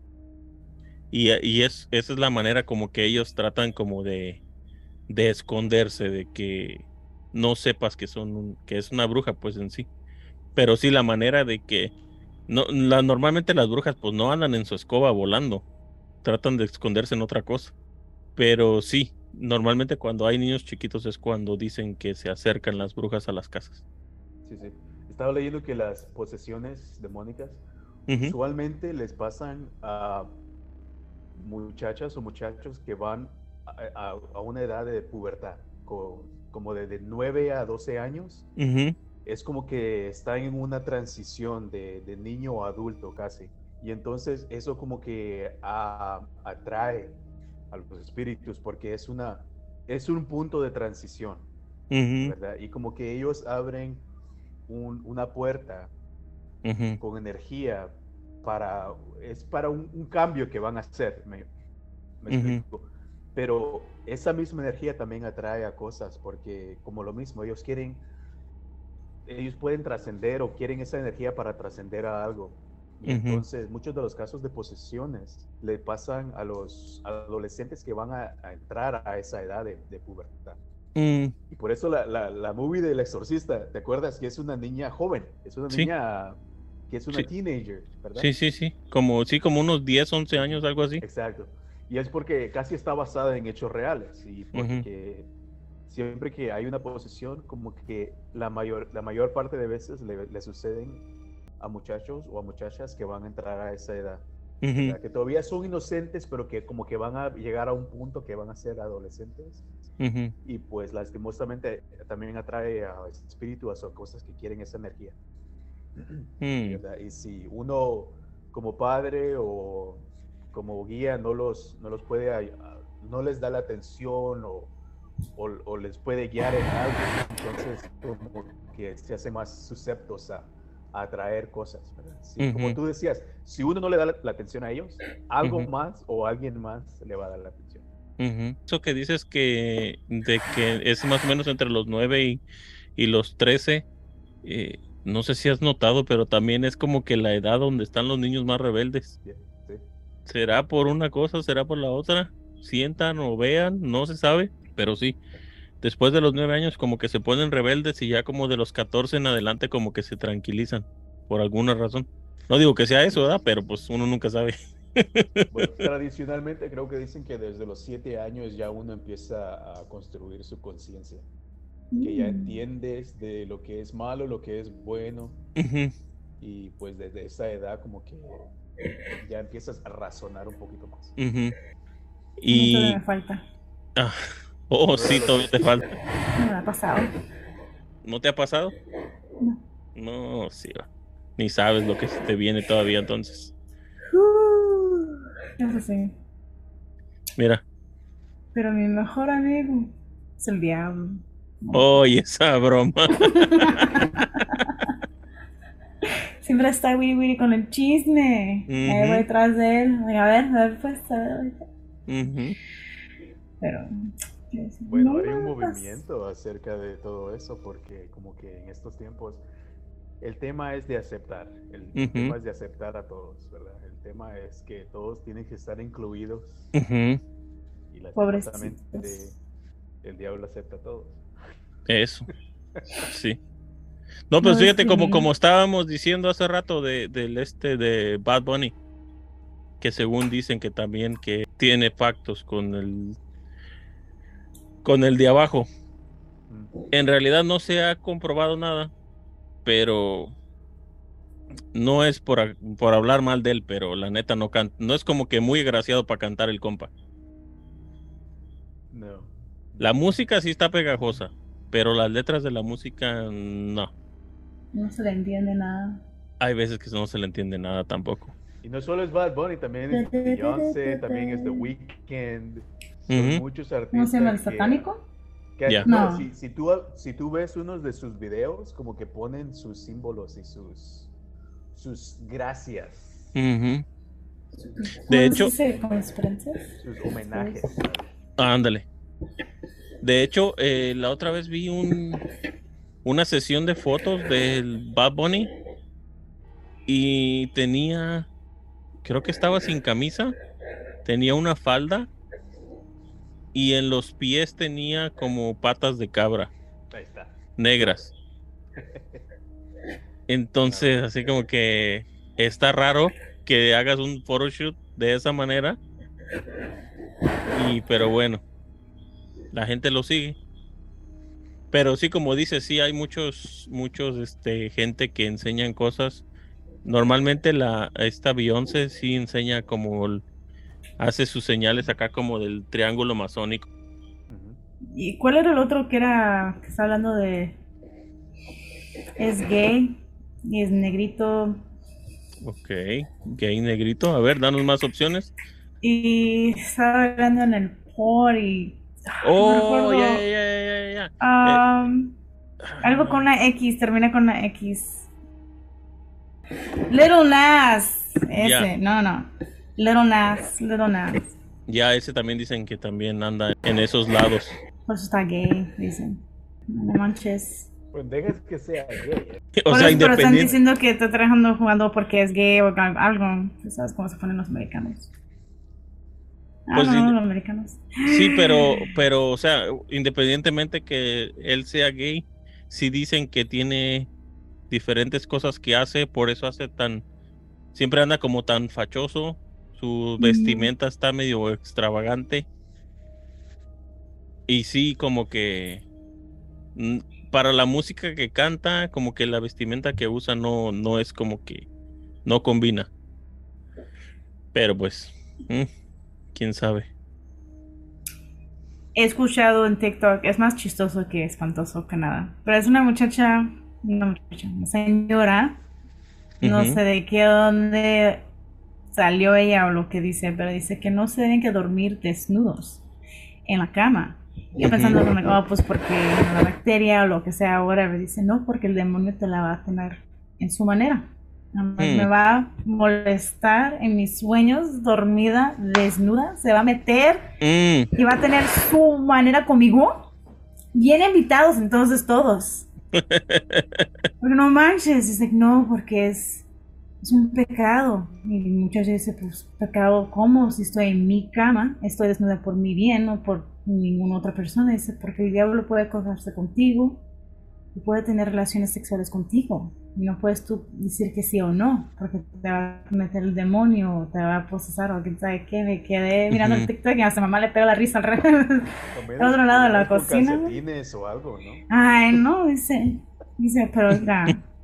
Esa es la manera como que ellos tratan como de esconderse, de que no sepas que que es una bruja, pues en sí. Pero sí la manera de que no, normalmente las brujas pues no andan en su escoba volando, tratan de esconderse en otra cosa. Pero sí, normalmente cuando hay niños chiquitos es cuando dicen que se acercan las brujas a las casas. Sí, sí. Estaba leyendo que las posesiones demónicas Ujú, usualmente les pasan a muchachas o muchachos que van a una edad de pubertad, como de 9 a 12 años. ujú, Es como que están en una transición de niño a adulto casi. Y entonces eso como que atrae a los espíritus porque es un punto de transición, ujú, ¿verdad? Y como que ellos abren una puerta ujú, con energía es para un cambio que van a hacer, me ujú, explico. Pero esa misma energía también atrae a cosas, porque como lo mismo, ellos pueden trascender o quieren esa energía para trascender a algo. Y ujú, entonces muchos de los casos de posesiones le pasan a los adolescentes que van a entrar a esa edad de pubertad. mm, Y por eso la movie del exorcista, ¿te acuerdas? Que es una niña joven, es una sí, niña que es una sí, teenager, ¿verdad? sí, sí, sí, como unos 10 11 años, algo así. Exacto. Y es porque casi está basada en hechos reales y Ujú, porque siempre que hay una posesión, como que la mayor parte de veces le suceden a muchachos o a muchachas que van a entrar a esa edad, ujú, ¿verdad? Que todavía son inocentes, pero que como que van a llegar a un punto que van a ser adolescentes ujú, y pues lastimosamente también atrae a espíritus o cosas que quieren esa energía. mm, ¿Verdad? Y si uno como padre o como guía no los puede, no les da la atención o les puede guiar en algo, entonces como que se hace más susceptos a atraer cosas, ¿verdad? Sí, como ujú, tú decías, si uno no le da la atención a ellos, algo ujú, más o alguien más le va a dar la atención. ujú. Eso que dices de que es más o menos entre los 9 y los 13, no sé si has notado, pero también es como que la edad donde están los niños más rebeldes. ¿Sí? ¿Sí? ¿Será por una cosa, será por la otra? Sientan o vean, no se sabe, pero sí. Después de los 9 años como que se ponen rebeldes y ya como de los 14 en adelante como que se tranquilizan por alguna razón. No digo que sea eso, ¿verdad? Pero pues uno nunca sabe. Bueno, tradicionalmente creo que dicen que desde los 7 años ya uno empieza a construir su conciencia, que ya Mm. entiendes de lo que es malo, lo que es bueno, Ujú, Y pues desde esa edad como que ya empiezas a razonar un poquito más. A mí todavía Y... me falta. ah, oh, Uno de sí, los todavía te falta. No me ha pasado. ¿No te ha pasado? No. No, sí, va. Ni sabes lo que se te viene todavía entonces. Eso sí. Mira, Pero mi mejor amigo es el diablo. oye, esa broma. Siempre está wiri wiri con el chisme. Ahí voy Ujú, detrás de él. A ver, pues, a ver. ujú. Pero, Bueno, no hay un me pasa. movimiento acerca de todo eso porque como que en estos tiempos el tema es de aceptar, el Ujú. tema es de aceptar a todos, ¿verdad? El tema es que todos tienen que estar incluidos Ujú, y lastimosamente Pobrecitos. el diablo acepta a todos. eso, sí. No, No pues fíjate como discrimina. estábamos diciendo hace rato del de Bad Bunny, que según dicen que también que tiene pactos con el de abajo. Mm. En realidad no se ha comprobado nada, pero no es por hablar mal de él, pero la neta no canta, no es como que muy agraciado para cantar el compa. No, La no. música sí está pegajosa, pero las letras de la música no. No se le entiende nada. Hay veces que no se le entiende nada tampoco. Y no solo es Bad Bunny, también es Beyoncé, también es The Weeknd. Son Ujú, muchos ¿Cómo se llama? artistas ¿El satánico? ya. no, No. si tú ves unos de sus videos, como que ponen sus símbolos y sus gracias, Ujú. De ¿Cómo se hecho, dice? ¿Conferencias? sus homenajes. ándale. De hecho, la otra vez vi una sesión de fotos del Bad Bunny y creo que estaba sin camisa, tenía una falda y en los pies tenía como patas de cabra Ahí está. negras. Ah, Entonces, así como que está raro que hagas un photoshoot de esa manera, pero bueno, la gente lo sigue. Pero sí, como dices, sí hay muchos, gente que enseñan cosas. Normalmente esta Beyoncé sí enseña hace sus señales acá como del triángulo masónico. ujú. ¿Y cuál era el otro que está hablando de, es gay y es negrito Ok, gay negrito. A ver, danos más opciones. y estaba hablando en el por y no me Oh, ya, ya, recuerdo, ya, ya, ya. algo con una X, termina con una X. Little Nas, Ya, ese, no. Little Nas. ya, ese también dicen que también anda en esos lados. Por eso está gay, dicen. No manches. Pues dejas que sea gay. O Por sea, eso, pero están independiente. diciendo que está trabajando jugando porque es gay o algo. ¿Tú sabes cómo se ponen los americanos? Pues No, los americanos. sí, o sea, independientemente que él sea gay, sí dicen que tiene diferentes cosas que hace, por eso siempre anda como tan fachoso, su Mm, vestimenta está medio extravagante y sí, como que mm, para la música que canta, como que la vestimenta que usa no es como que no combina, pero pues, quién sabe. He escuchado en TikTok, es más chistoso que espantoso que nada. Pero es una señora, no Ujú, sé de qué dónde salió ella o lo que dice, pero dice que no se tienen que dormir desnudos en la cama. Yo pensando, ujú, pues porque la bacteria o lo que sea, whatever. Dice, no, porque el demonio te la va a tener en su manera. Nada más me mm, va a molestar en mis sueños, dormida, desnuda. Se va a meter mm. y va a tener su manera conmigo. Bien invitados entonces todos. Porque no manches, dice, no, porque es un pecado. Y muchas veces, pues, pecado, ¿cómo? Si estoy en mi cama, estoy desnuda por mi bien, no por ninguna otra persona. Dice, porque el diablo puede acostarse contigo y puede tener relaciones sexuales contigo. Y no puedes tú decir que sí o no, porque te va a meter el demonio, o te va a procesar, o quién sabe qué. Me quedé mirando el Ujú. TikTok y hasta mamá le pega la risa al O otro lado de la con cocina. calcetines o algo, ¿no? Ay, no, dice, pero oiga,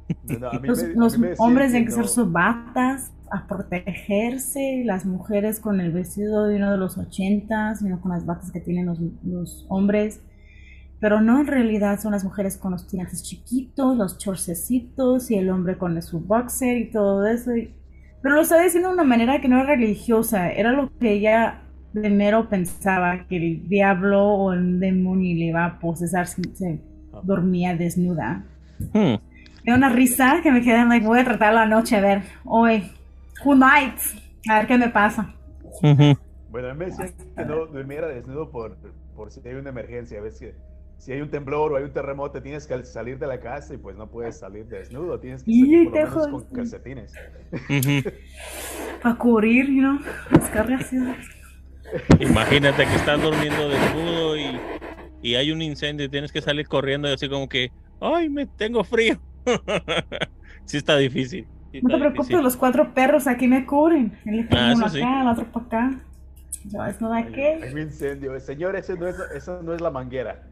No, Los me decían hombres que tienen que usar no. sus batas a protegerse, las mujeres con el vestido de uno de los 80, sino con las batas que tienen los hombres. Pero no, en realidad son las mujeres con los tirantes chiquitos, los chorcecitos y el hombre con su boxer y todo eso. Pero lo estaba diciendo de una manera que no era religiosa, era lo que ella primero pensaba, que el diablo o el demonio le iba a posesar si se Ah, dormía desnuda. Hmm. Me da una risa que me quedé, like, voy a tratar la noche a ver, hoy, who nights, a ver qué me pasa. Ujú. bueno, a mí me decían que no durmiera desnudo por si hay una emergencia. A veces que si hay un temblor o hay un terremoto, tienes que salir de la casa y pues no puedes salir desnudo, tienes que salir Y por lo te menos con jodas, calcetines. Ujú. para cubrir, las cargas. Imagínate que estás durmiendo desnudo y hay un incendio y tienes que salir corriendo y así como que, ay, me tengo frío. Sí está difícil, sí No está te preocupes, difícil. los 4 perros aquí me cubren. Él le Ah, pongo uno eso sí. acá, el otro para acá. Yo, es no de Hay qué. un incendio. Señor, eso no es la manguera.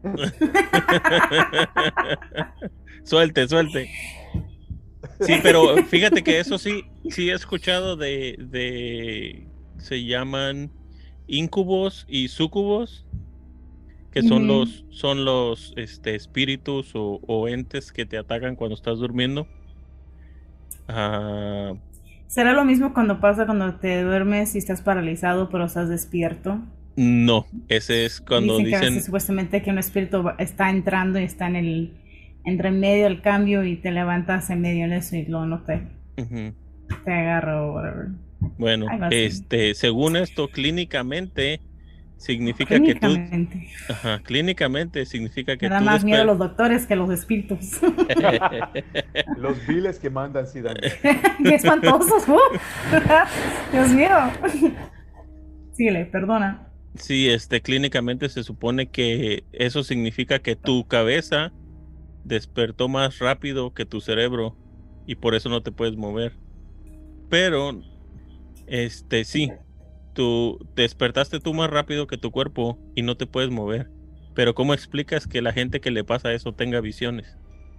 Suelte, suelte. Sí, pero fíjate que eso sí, sí he escuchado se llaman incubos y sucubos, que Ujú. son los espíritus o entes que te atacan cuando estás durmiendo. Ah, ¿Será lo mismo cuando pasa cuando te duermes y estás paralizado pero estás despierto? no, ese es cuando Dicen que a veces dicen, supuestamente que un espíritu está entrando y está entre medio del cambio y te levantas en medio de eso y luego no ujú. te agarra o whatever. Bueno, Algo así. según esto, clínicamente significa que tú, Clínicamente. ajá, clínicamente significa Me que da tú más miedo los doctores que los espíritus. Los biles que mandan sí dan miedo. Qué espantosos. Dios mío. Síguele, perdona. Sí, clínicamente se supone que eso significa que tu cabeza despertó más rápido que tu cerebro y por eso no te puedes mover. Pero, sí, tú despertaste tú más rápido que tu cuerpo y no te puedes mover. Pero ¿cómo explicas que la gente que le pasa eso tenga visiones?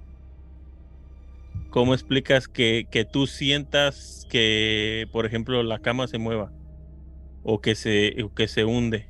¿Cómo explicas que tú sientas que, por ejemplo, la cama se mueva o que se hunde?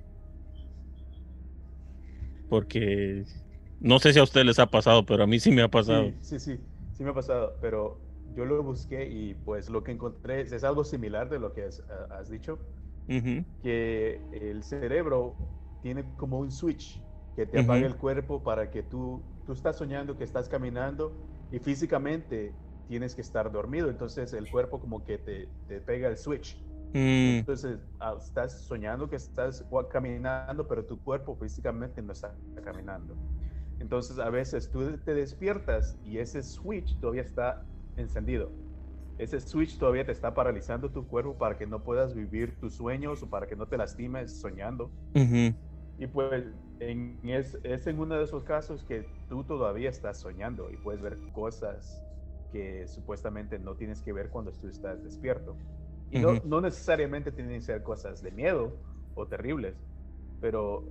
Porque no sé si a ustedes les ha pasado, pero a mí sí me ha pasado. Sí me ha pasado, pero yo lo busqué y pues lo que encontré es algo similar de lo que has dicho, Ujú, que el cerebro tiene como un switch que te apaga ujú, el cuerpo para que tú estás soñando que estás caminando y físicamente tienes que estar dormido, entonces el cuerpo como que te pega el switch. mm, Entonces estás soñando que estás caminando, pero tu cuerpo físicamente no está caminando. Entonces a veces tú te despiertas y ese switch todavía está encendido. Ese switch todavía te está paralizando tu cuerpo para que no puedas vivir tus sueños o para que no te lastimes soñando. ujú, Y pues es en uno de esos casos que tú todavía estás soñando y puedes ver cosas que supuestamente no tienes que ver cuando tú estás despierto. Y ujú, no necesariamente tienen que ser cosas de miedo o terribles, pero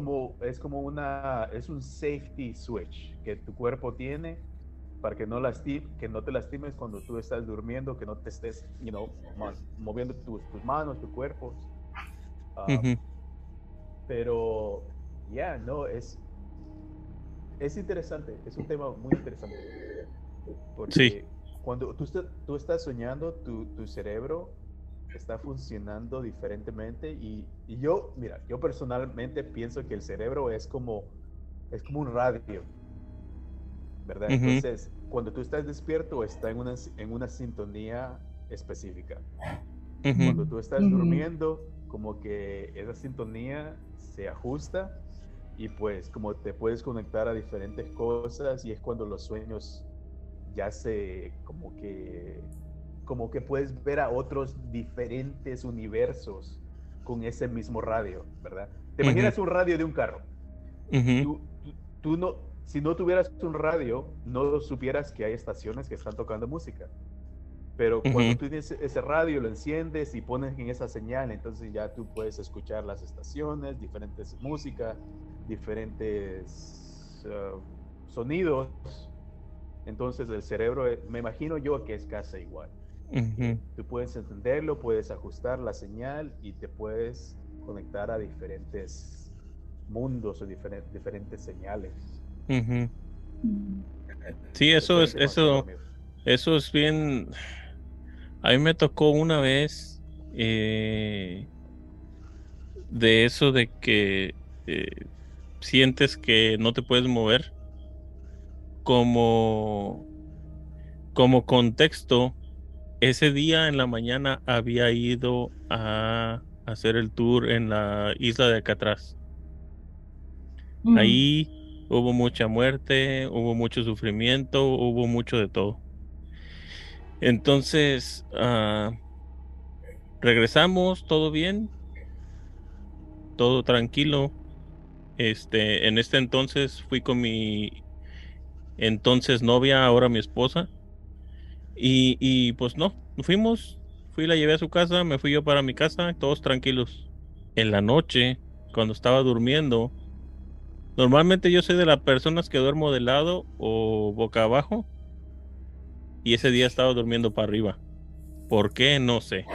es un safety switch que tu cuerpo tiene para que que no te lastimes cuando tú estás durmiendo, que no te estés, moviendo tus manos, tu cuerpo. Uh, ujú. pero, ya, no, es interesante, es un tema muy interesante, Sí. porque cuando tú estás soñando, tu cerebro está funcionando diferentemente mira, yo personalmente pienso que el cerebro es como un radio, ¿verdad? Ujú, Entonces, cuando tú estás despierto, está en una sintonía específica. ujú, Cuando tú estás Ujú. durmiendo, como que esa sintonía se ajusta y pues como te puedes conectar a diferentes cosas y es cuando los sueños ya como que puedes ver a otros diferentes universos con ese mismo radio, ¿verdad? ¿Te ujú, imaginas un radio de un carro? ujú, Tú no, si no tuvieras un radio, no supieras que hay estaciones que están tocando música. Pero cuando ujú, tú tienes ese radio, lo enciendes y pones en esa señal, entonces ya tú puedes escuchar las estaciones, diferentes música, diferentes sonidos Entonces el cerebro, me imagino yo que es casa igual. Ujú. Tú puedes entenderlo, puedes ajustar la señal y te puedes conectar a diferentes mundos o diferentes señales. Ujú. Mm. Sí, Estoy demasiado dormido. eso es bien. A mí me tocó una vez de eso de que eh, sientes que no te puedes mover. Como, como contexto, ese día en la mañana había ido a hacer el tour en la isla de Alcatraz. Mm. Ahí hubo mucha muerte, hubo mucho sufrimiento, hubo mucho de todo. Entonces, regresamos, todo bien, todo tranquilo. En este entonces fui con mi entonces novia, ahora mi esposa, y pues no, fuimos, la llevé a su casa, me fui yo para mi casa, todos tranquilos. En la noche, cuando estaba durmiendo, normalmente yo soy de las personas que duermo de lado o boca abajo, y ese día estaba durmiendo para arriba. ¿Por qué? No sé.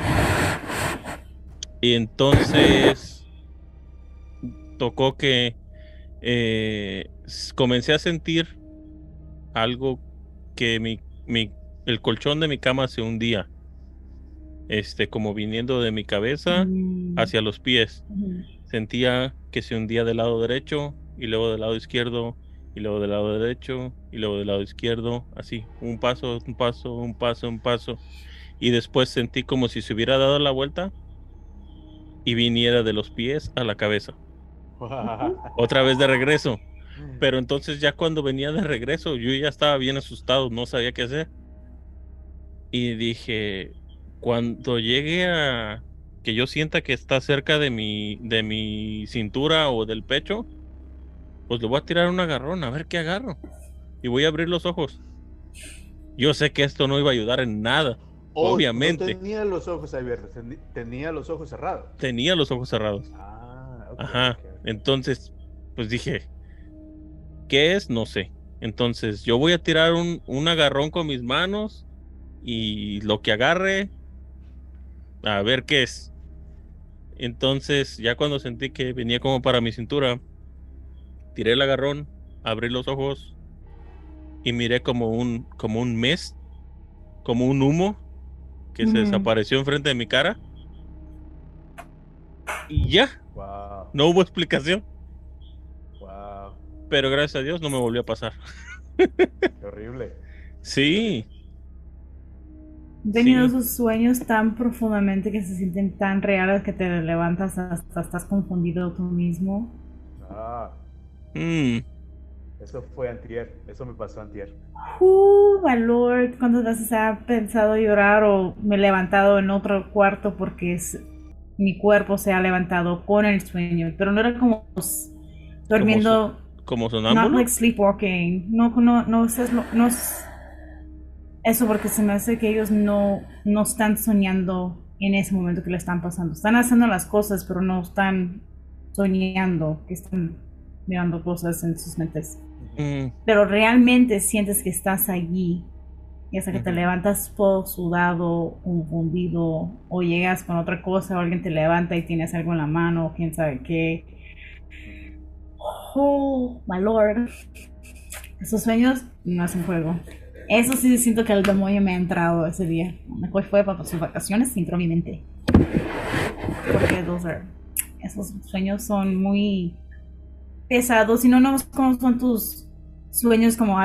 Y entonces tocó que comencé a sentir algo que el colchón de mi cama se hundía, como viniendo de mi cabeza Mm. hacia los pies. Ujú. Sentía que se hundía del lado derecho y luego del lado izquierdo y luego del lado derecho y luego del lado izquierdo, así, un paso, un paso, un paso, un paso. Y después sentí como si se hubiera dado la vuelta y viniera de los pies a la cabeza. Otra vez de regreso. Pero entonces ya cuando venía de regreso, yo ya estaba bien asustado, no sabía qué hacer. Y dije, cuando llegue a que yo sienta que está cerca de mi cintura o del pecho, pues le voy a tirar un agarrón, a ver qué agarro. Y voy a abrir los ojos. Yo sé que esto no iba a ayudar en nada, Oh, no obviamente. tenía los ojos abiertos, tenía los ojos cerrados. Tenía los ojos cerrados. Ah, ok, Ajá. ok, ok. Entonces, pues dije, ¿qué es? No sé. Entonces, yo voy a tirar un agarrón con mis manos y lo que agarre, a ver qué es. Entonces, ya cuando sentí que venía como para mi cintura, tiré el agarrón, abrí los ojos y miré como un mes, como un humo que se Ujú. desapareció enfrente de mi cara y ya, Wow, no hubo explicación, wow, pero gracias a Dios no me volvió a pasar. qué horrible, qué horrible. Sí, He tenido sí. esos sueños tan profundamente que se sienten tan reales que te levantas hasta estás confundido tú mismo. Ah, Mm, eso fue antier, eso me pasó antier. My Lord, ¿cuántas veces he pensado llorar o me he levantado en otro cuarto porque mi cuerpo se ha levantado con el sueño? Pero no era como como, durmiendo, como not sonámbulo. like sleepwalking. No, no, no, no es eso porque se me hace que ellos no están soñando en ese momento que le están pasando. Están haciendo las cosas, pero no están soñando, que están mirando cosas en sus mentes. Ujú. Mm, Pero realmente sientes que estás allí. Y hasta que te ujú. levantas todo sudado, hundido, o llegas con otra cosa, o alguien te levanta y tienes algo en la mano, o quién sabe qué. Oh, my lord. Esos sueños no es un juego. Eso sí siento que el demonio me ha entrado ese día. Mejor fue para sus vacaciones y entró a mi mente. Porque esos sueños son muy pesados. Y no como son tus sueños como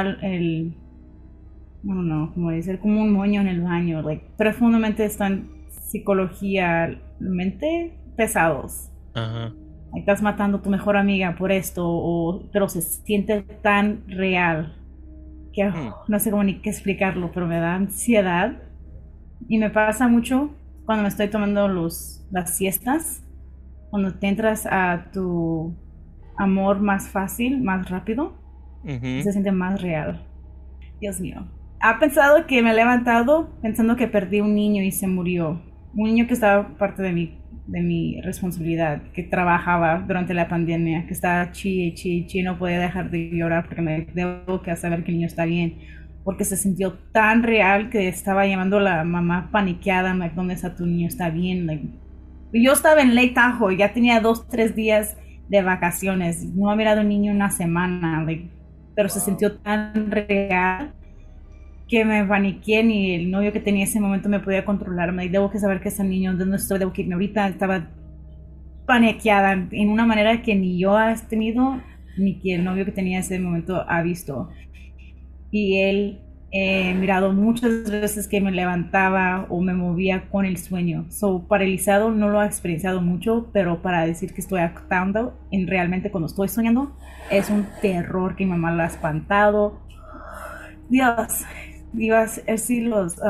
no, como decir, como un moño en el baño. Like, profundamente están psicológicamente pesados. Ajá. Estás matando a tu mejor amiga por esto, pero se siente tan real que Mm, no sé cómo ni qué explicarlo, pero me da ansiedad. Y me pasa mucho cuando me estoy tomando las siestas, cuando te entras a tu amor más fácil, más rápido, y ujú. se siente más real. Dios mío. Ha pensado que me he levantado pensando que perdí un niño y se murió. Un niño que estaba parte de mi responsabilidad, que trabajaba durante la pandemia, que estaba chi, no podía dejar de llorar porque me debo que saber que el niño está bien. porque se sintió tan real que estaba llamando a la mamá paniqueada, like, ¿dónde está tu niño? ¿Está bien? Like, yo estaba en Lake Tahoe, ya tenía 2, 3 días de vacaciones, no ha mirado un niño una semana, like, pero se sintió tan real que me paniqué, ni el novio que tenía en ese momento me podía controlar. Me debo que saber que ese niño, ¿dónde estoy? Debo que irme ahorita. Estaba paniqueada en una manera que ni yo has tenido, ni que el novio que tenía en ese momento ha visto. Y él mirado muchas veces que me levantaba o me movía con el sueño. So, paralizado no lo ha experienciado mucho, pero para decir que estoy actuando, en realmente cuando estoy soñando, es un terror que mi mamá lo ha espantado. Dios, Dios, es si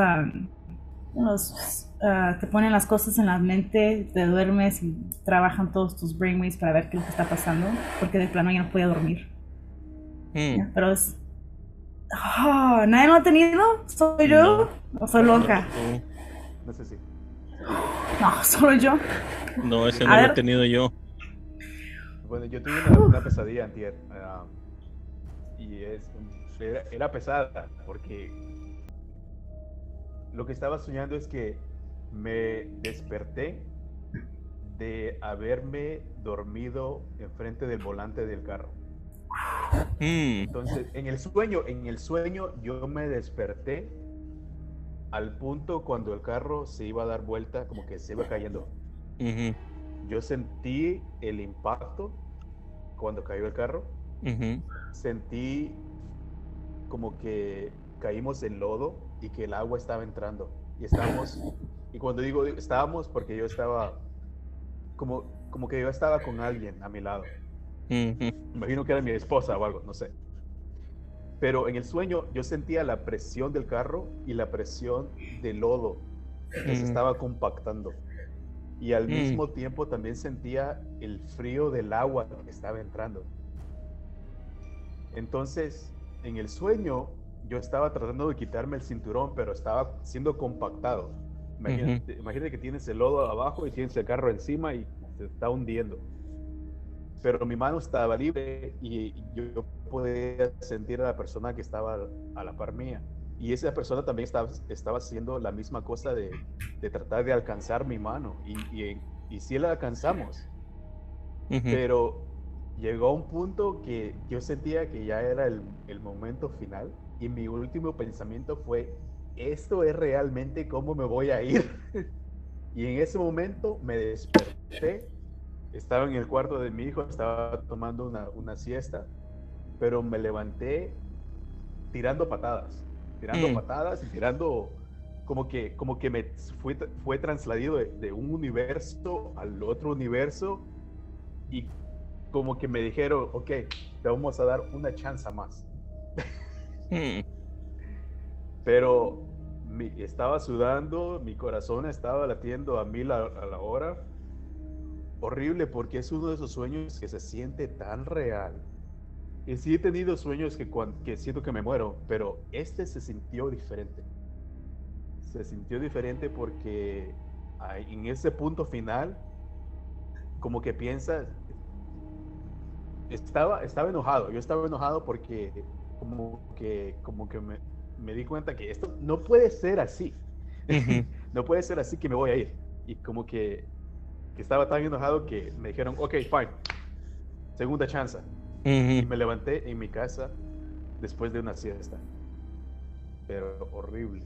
te ponen las cosas en la mente, te duermes y trabajan todos tus brainwaves para ver qué es lo que está pasando, porque de plano ya no podía dormir. ¿Ya? Pero es... ¿nadie lo ha tenido? ¿Soy yo? ¿O soy loca? No sé si. No, solo yo. No, ese no lo he tenido yo. Bueno, yo tuve una pesadilla antier. Y era pesada, porque lo que estaba soñando es que me desperté de haberme dormido enfrente del volante del carro. Entonces, en el sueño yo me desperté al punto cuando el carro se iba a dar vuelta, como que se iba cayendo. Yo sentí el impacto cuando cayó el carro. Sentí como que caímos en lodo y que el agua estaba entrando. Y cuando digo estábamos, porque yo estaba como que yo estaba con alguien a mi lado. Imagino que era mi esposa o algo, no sé. Pero en el sueño yo sentía la presión del carro y la presión del lodo que se estaba compactando. Y al mismo tiempo también sentía el frío del agua que estaba entrando. Entonces, en el sueño yo estaba tratando de quitarme el cinturón, pero estaba siendo compactado. Imagínate que tienes el lodo abajo y tienes el carro encima y se está hundiendo. Pero mi mano estaba libre y yo podía sentir a la persona que estaba a la par mía. Y esa persona también estaba haciendo la misma cosa de tratar de alcanzar mi mano. Y sí la alcanzamos. Pero llegó un punto que yo sentía que ya era el momento final. Y mi último pensamiento fue, ¿esto es realmente cómo me voy a ir? Y en ese momento me desperté. Estaba en el cuarto de mi hijo, estaba tomando una siesta, pero me levanté tirando patadas y tirando como que me fue trasladado de un universo al otro universo, y como que me dijeron, ok, te vamos a dar una chance más. Pero estaba sudando, mi corazón estaba latiendo a 1000 a la hora. Horrible, porque es uno de esos sueños que se siente tan real. Y sí he tenido sueños que siento que me muero, pero este se sintió diferente. Se sintió diferente porque en ese punto final, como que piensas, estaba enojado. Yo estaba enojado porque como que me di cuenta que esto no puede ser así. No puede ser así que me voy a ir. Y como que estaba tan enojado que me dijeron, ok, fine, segunda chance. Y me levanté en mi casa después de una siesta. Pero horrible.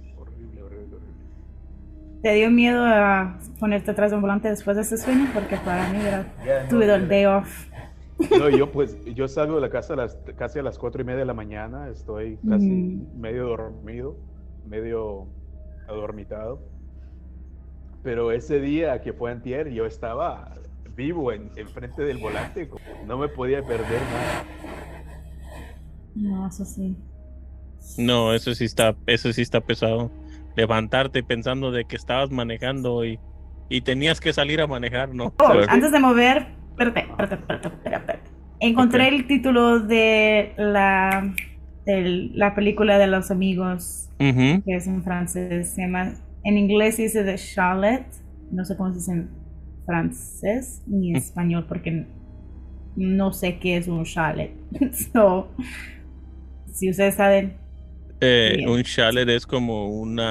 ¿Te dio miedo a ponerte atrás de un volante después de ese sueño? Porque para mí tuve el day off. No, yo salgo de la casa casi a las 4:30 de la mañana. Estoy casi medio dormido, medio adormitado. Pero ese día que fue antier, yo estaba vivo enfrente del volante. No me podía perder nada. No, eso sí. No, eso sí está pesado. Levantarte pensando de que estabas manejando y tenías que salir a manejar, ¿no? Antes de mover, espérate. Encontré el título de la película de los amigos, que es en francés. Se llama, en inglés dice The Charlotte. No sé cómo se dice en francés ni en español, porque no sé qué es un chalet. So, si ustedes saben, Bien. Un chalet es como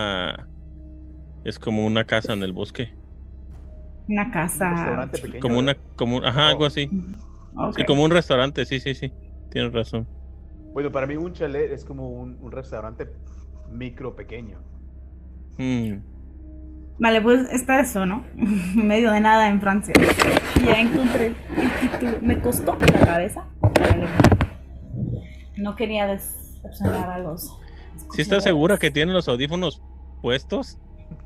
una casa en el bosque. Una Un casa restaurante chiquita. pequeño, ¿verdad? Ajá, algo Oh. así. Ok. Sí, como un restaurante, sí, sí, sí. Tienes razón. Bueno, para mí un chalet es como un restaurante micro pequeño. Mm, Vale, pues está eso, ¿no? En medio de nada en Francia. Ya encontré el título. Me costó la cabeza. No quería decepcionar a los ¿Sí estás segura que escuchadores. tienen los audífonos puestos?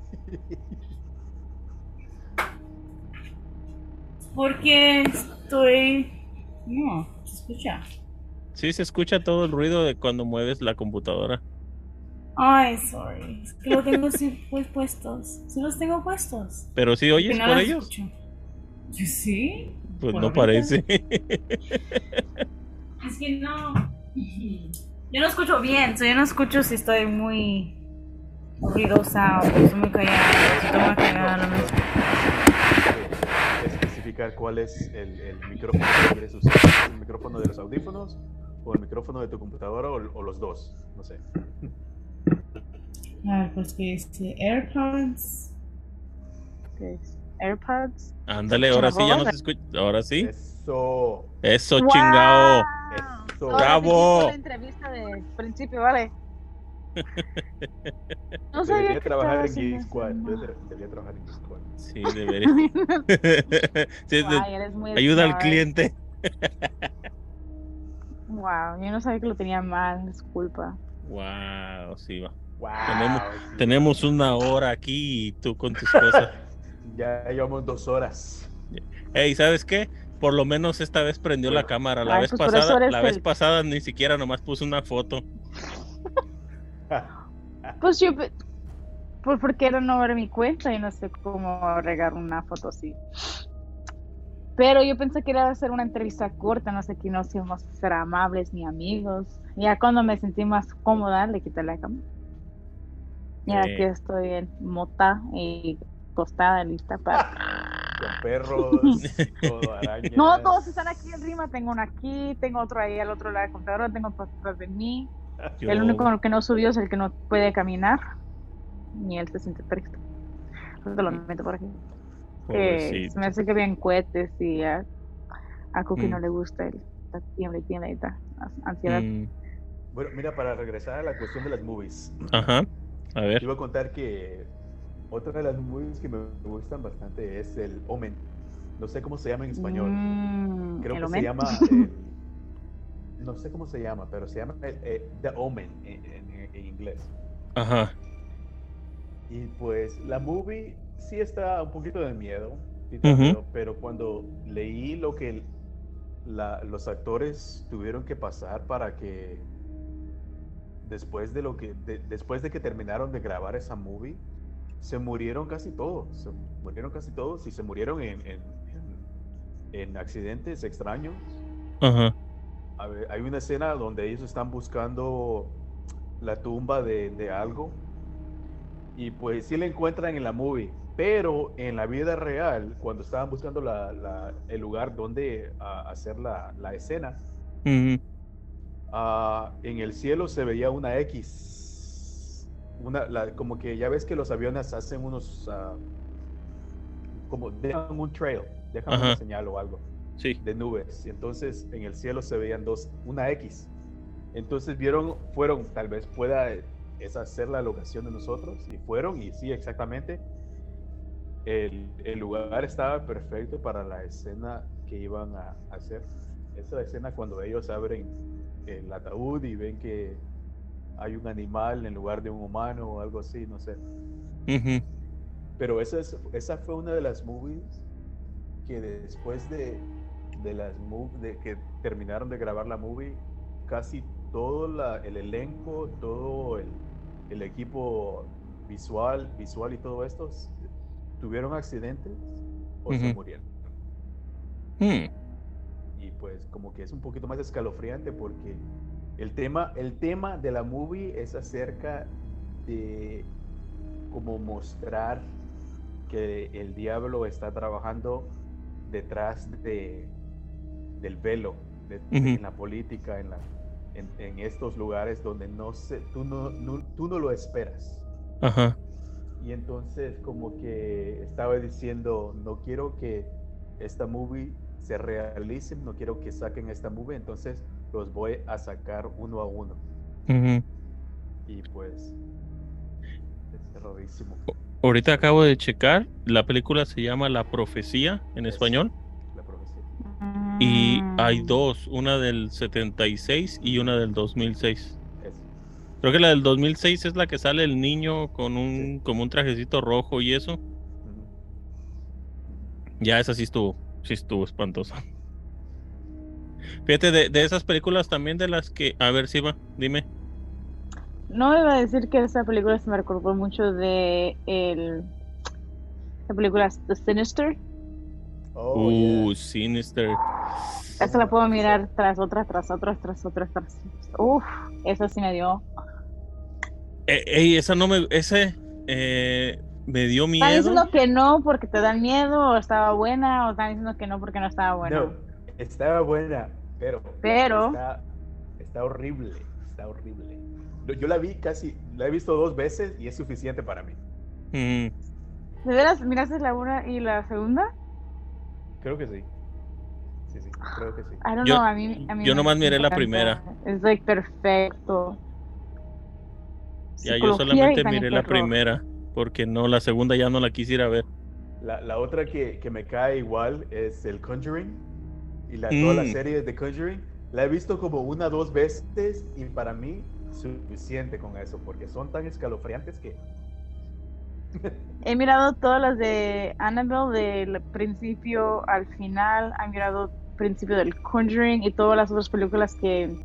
Porque estoy... No, se escucha. Sí, se escucha todo el ruido de cuando mueves la computadora. Ay, sorry. Es que lo tengo así pues puestos. Sí los tengo puestos. Pero si Porque oyes no por las ellos, escucho. Sí, pues por no ahorita. parece. Es que no. Yo no escucho bien. Yo no escucho si estoy muy ruidosa o estoy muy callada. Si estoy muy callada, No, lo mismo. especificar cuál es el micrófono que quieres usar. ¿El micrófono de los audífonos o el micrófono de tu computadora o los dos? No sé. A ver, pues que dice AirPods. ¿Qué es? AirPods. Ándale, ¿Se ahora me sí, ya puedo no ver? se escucha. Ahora sí. Eso. Eso, ¡Wow! chingao. Eso. Ahora sí fue la ¡Bravo! entrevista de principio, vale. No sabía Debería que trabajar estaba en Geek haciendo eso. Squad. No. Debería trabajar en Geek Squad. Sí, debería. Sí, Guay, eres muy ayuda al smart. cliente. Wow, yo no sabía que lo tenía mal, disculpa. Wow, sí va. Tenemos, Wow. Sí, tenemos una hora aquí y tú con tus cosas. ya llevamos 2 horas. Hey, ¿sabes qué? Por lo menos esta vez prendió la Bueno, cámara. Ay, pues por eso eres La vez el... pasada ni siquiera nomás puse una foto. Pues yo... Pues porque era no ver mi cuenta y no sé cómo regar una foto así. Pero yo pensé que era hacer una entrevista corta, no sé que no íbamos a ser amables ni amigos. Ya cuando me sentí más cómoda, le quité la cámara. Y aquí estoy en mota y acostada, lista para... con perros y todo, arañas. No, todos están aquí encima. Tengo uno aquí, tengo otro ahí al otro lado de la computadora, tengo otro atrás de mí. El único que no subió es el que no puede caminar. Y él se siente triste. Entonces lo meto por aquí. Que se Pobrecito. me hace que vean cohetes y a Cookie no le gusta el tiembla y tiembla y está ansiedad. Bueno, mira, para regresar a la cuestión de las movies. Ajá. A Te ver. iba a contar que otra de las movies que me gustan bastante es el Omen. No sé cómo se llama en español. Creo ¿El que se Omen? llama... no sé cómo se llama, pero se llama The Omen en inglés. Ajá. Y pues la movie sí está un poquito de miedo, sí está Ujú. miedo, pero cuando leí lo que los actores tuvieron que pasar para que después de que terminaron de grabar esa movie, se murieron casi todos y se murieron en accidentes extraños. Ajá. A ver, hay una escena donde ellos están buscando la tumba de algo y pues sí la encuentran en la movie, pero en la vida real, cuando estaban buscando el lugar donde hacer la escena, Ujú. en el cielo se veía una X, como que ya ves que los aviones hacen unos, como dejan un trail, dejan una Ajá. señal o algo Sí. de nubes, y entonces en el cielo se veían una X. Entonces fueron, tal vez pueda esa ser la locación de nosotros, y fueron, y sí, exactamente, el lugar estaba perfecto para la escena que iban a hacer. Esa escena cuando ellos abren el ataúd y ven que hay un animal en lugar de un humano o algo así, no sé. Ujú. Pero esa fue una de las movies que después de que terminaron de grabar la movie, casi todo el elenco, todo el equipo visual y todo esto tuvieron accidentes o se Ujú. murieron. Mm. Y pues como que es un poquito más escalofriante porque el tema de la movie es acerca de como mostrar que el diablo está trabajando detrás del velo, Ujú. en la política, en estos lugares donde tú no lo esperas. Ajá. Y entonces como que estaba diciendo, no quiero que esta movie se realice, no quiero que saquen esta movie, entonces los voy a sacar uno a uno. Ujú. Y pues es terrorísimo. Ahorita acabo de checar, la película se llama La Profecía en español La profecía. y hay dos, una del 76 y una del 2006. Eso. Creo que la del 2006 es la que sale el niño con Sí. como un trajecito rojo y eso. Ujú. Ya esa sí estuvo espantosa. Fíjate, de esas películas también de las que, a ver, Siva, dime. No iba a decir que esa película se me recordó mucho de la película The Sinister. Oh, yeah. Sinister. Esa la puedo mirar tras otra. Uf, esa sí me dio. Esa no me, me dio Están miedo. diciendo que no porque te dan miedo, o estaba buena, o están diciendo que no porque no estaba buena. No, estaba buena, pero está horrible, está horrible. Yo la he visto 2 veces y es suficiente para mí. Mm, ¿De veras miraste la una y la segunda? Creo que sí. Sí, creo que sí. I don't Yo- know, a mí yo me nomás miré la encanta. primera. Es like perfecto. ya yo Psicología solamente y también miré la terror. primera, porque no, la segunda ya no la quisiera ver. La otra que me cae igual es el Conjuring y toda la serie de Conjuring. La he visto como 1 o 2 veces y para mí suficiente con eso, porque son tan escalofriantes que... He mirado todas las de Annabelle del principio al final. He mirado el principio del Conjuring y todas las otras películas que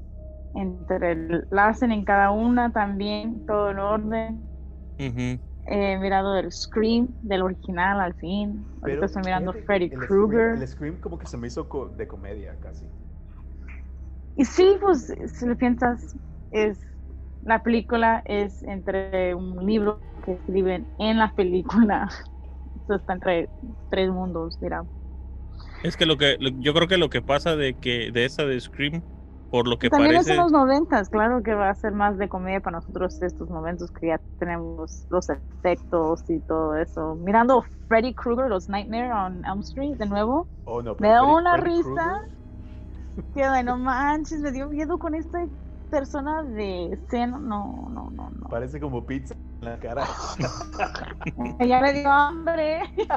la hacen en cada una también, todo en orden. Ujú. He mirado el Scream del original al fin. Ahorita estoy mirando fíjate, Freddy Krueger. El Scream como que se me hizo de comedia casi. Y sí, pues si lo piensas, la película es entre un libro que escriben en la película. Eso está entre 3 mundos, dirá. Es que yo creo que lo que pasa de esa de Scream, por lo que También parece, es en los 90, claro que va a ser más de comedia para nosotros estos momentos que ya tenemos los efectos y todo eso. Mirando Freddy Krueger, los Nightmare on Elm Street de nuevo, Oh, no, me da pero una Freddy risa. Krueger, Que no manches, me dio miedo con esta persona de seno. No. parece como pizza en la cara. Ya me dio hambre.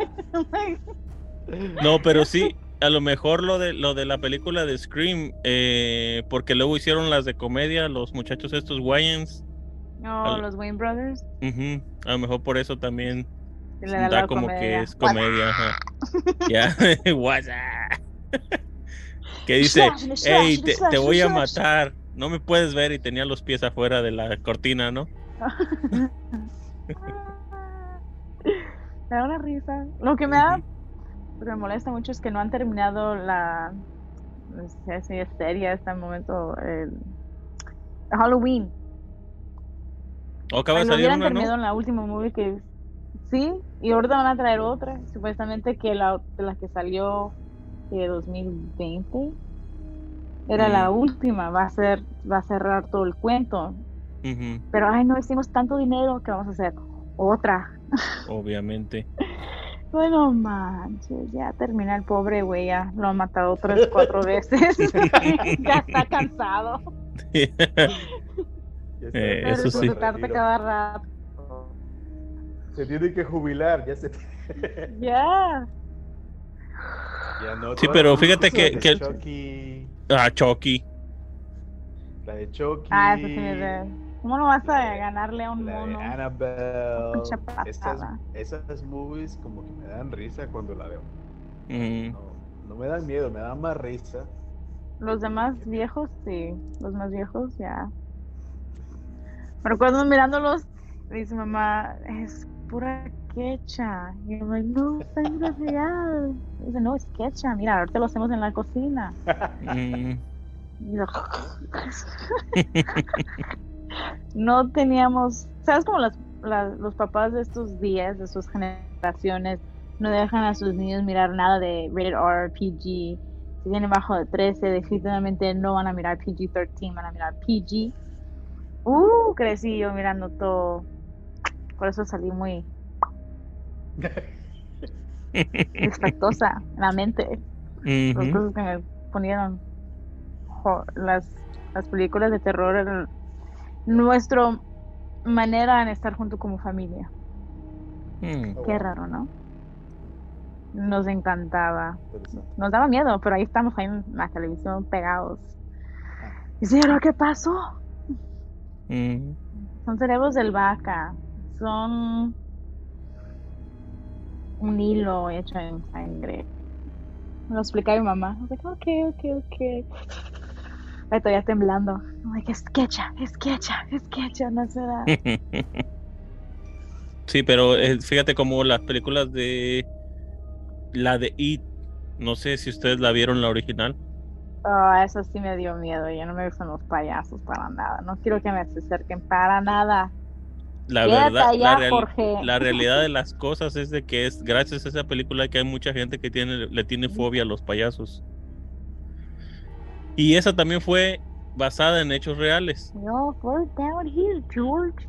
no, pero sí, a lo mejor lo de la película de Scream, porque luego hicieron las de comedia, los muchachos estos Wayans. No, los Wayne Brothers. Ujú, a lo mejor por eso también Le da da la como comedia. que es comedia. Ajá. Ya, WhatsApp. Que dice, hey, te voy a matar, no me puedes ver, y tenía los pies afuera de la cortina, ¿no? Me da una risa. Lo que me molesta mucho es que no han terminado no sé si es serie hasta el momento, Halloween. O acaba de Lo salir hubieran una, terminado ¿no? en la última movie que sí, y ahorita van a traer otra, supuestamente que la que salió de 2020 era la última, va a cerrar todo el cuento. Ujú, Pero no hicimos tanto dinero que vamos a hacer otra. obviamente. Bueno, manches, ya termina el pobre güey, ya lo han matado 3, 4 veces. Ya está cansado. Ya está, eso sí. Resucitarte cada rato. Se tiene que jubilar, ya se... Ya. Ya no, Sí, todas pero las fíjate películas que de Chucky, Chucky. la de Chucky, Eso sí me da. ¿Cómo no vas a ganarle a un la de mono? Annabelle, Mucha patada. esas movies como que me dan risa cuando la veo. Ujú. No me dan miedo, me dan más risa. Los demás viejos, sí. Los más viejos, ya. Me recuerdo mirándolos, dice mamá, es pura quecha. Y yo, no, sangre real. Dice, no, es quecha. Mira, ahorita lo hacemos en la cocina. Mm, Y yo, no teníamos, ¿sabes? Como los papás de estos días, de sus generaciones, no dejan a sus niños mirar nada de rated R, PG, Si tienen bajo de 13, definitivamente no van a mirar PG-13, van a mirar PG. Crecí yo mirando todo. Por eso salí muy defectuosa en la mente. Las cosas que me ponieron. Las películas de terror eran nuestra manera en estar junto como familia. Qué raro, ¿no? Nos encantaba. Nos daba miedo, pero ahí estamos ahí en la televisión pegados. ¿Y si qué pasó? Son cerebros del vaca. Son un hilo hecho en sangre. Me lo explicaba mi mamá. I was like, okay. Ahí todavía temblando. I'm like, es quecha, no será. Sí, pero fíjate como las películas de la de It, no sé si ustedes la vieron la original. Eso sí me dio miedo. Yo no me gustan los payasos para nada. No quiero que me acerquen para nada. La Quédate verdad, allá, Jorge. la realidad de las cosas es de que es gracias a esa película que hay mucha gente que le tiene fobia a los payasos. Y esa también fue basada en hechos reales. No, fall down here, George.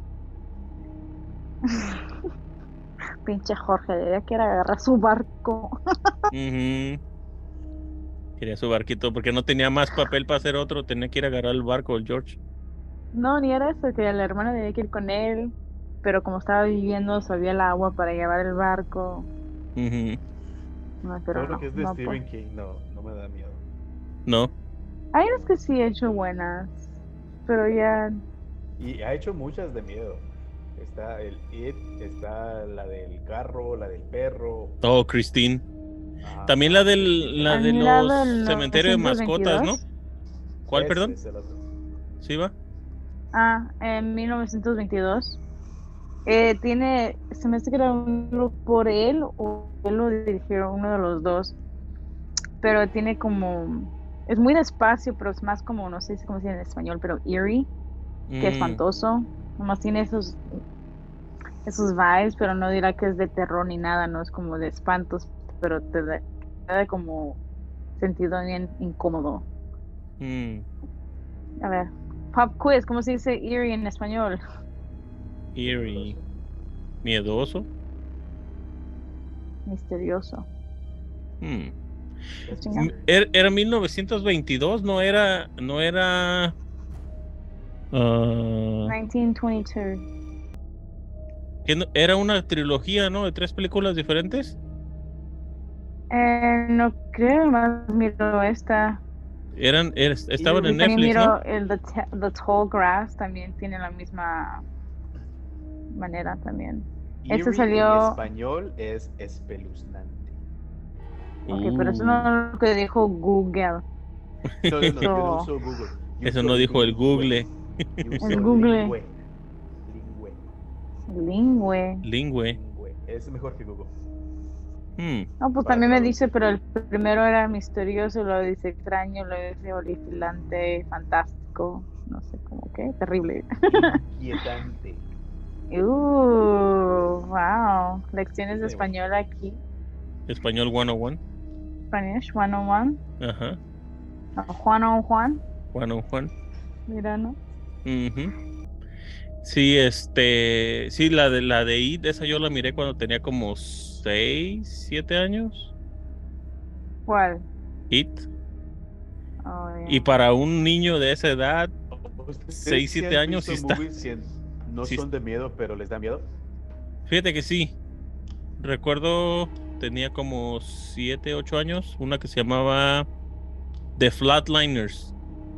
Pinche Jorge, debería que agarrar su barco. Quería su barquito porque no tenía más papel para hacer otro, tenía que ir a agarrar el barco, el George. No, ni era eso, que la hermana tenía que ir con él, pero como estaba viviendo, sabía el agua para llevar el barco. No, pero todo lo que es de no, Stephen pues. King no me da miedo. No. Hay unas que sí he hecho buenas, pero ya... Y ha hecho muchas de miedo. Está el It, está la del carro, la del perro. Oh, Christine. También la de los cementerios de mascotas, ¿no? ¿Cuál, perdón? ¿Sí va? En 1922. Se me hace que era un libro por él o él lo dirigió, uno de los dos. Pero tiene como... Es muy despacio, pero es más como, no sé cómo se dice en español, pero eerie, que espantoso. Nomás tiene esos vibes, pero no dirá que es de terror ni nada, no es como de espantos, pero te da como sentido bien incómodo. A ver, pop quiz, ¿cómo se dice eerie en español? Eerie. Miedoso. Misterioso. Era 1922, no era 1922. Era una trilogía, ¿no? De 3 películas diferentes. No creo, más miro esta. Estaban en también Netflix, miro ¿no? The Tall Grass, también tiene la misma manera también. Este salió en español es espeluznante. Ok, pero eso no es lo que dijo Google. No, yo no uso Google. Eso no dijo el Google. El Google. Lingüe. Es mejor que Google. No, pues también me dice, pero el primero era misterioso, luego dice extraño, luego dice horripilante, fantástico, no sé, como que terrible. Inquietante. Wow. Lecciones de español aquí. Español 101. Spanish 101. Ajá. Juan. Mira, ¿no? Sí, sí, la de It, esa yo la miré cuando tenía como 6, 7 años. ¿Cuál? It. Oh, yeah. Y para un niño de esa edad, 6, 7 años, sí está. No son de miedo, pero les da miedo. Fíjate que sí. Recuerdo, tenía como 7, 8 años, una que se llamaba The Flatliners.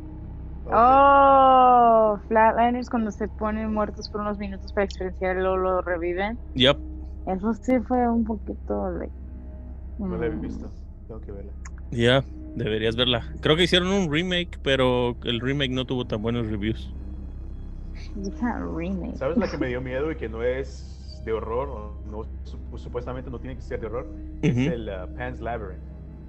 Oh, Flatliners, cuando se ponen muertos por unos minutos para experienciar y luego lo reviven. Yep. Eso sí fue un poquito No la he visto, tengo que verla. Ya, deberías verla. Creo que hicieron un remake, pero el remake no tuvo tan buenos reviews. Remake. ¿Sabes la que me dio miedo y que no es de horror? O no, supuestamente no tiene que ser de horror. Es el Pan's Labyrinth.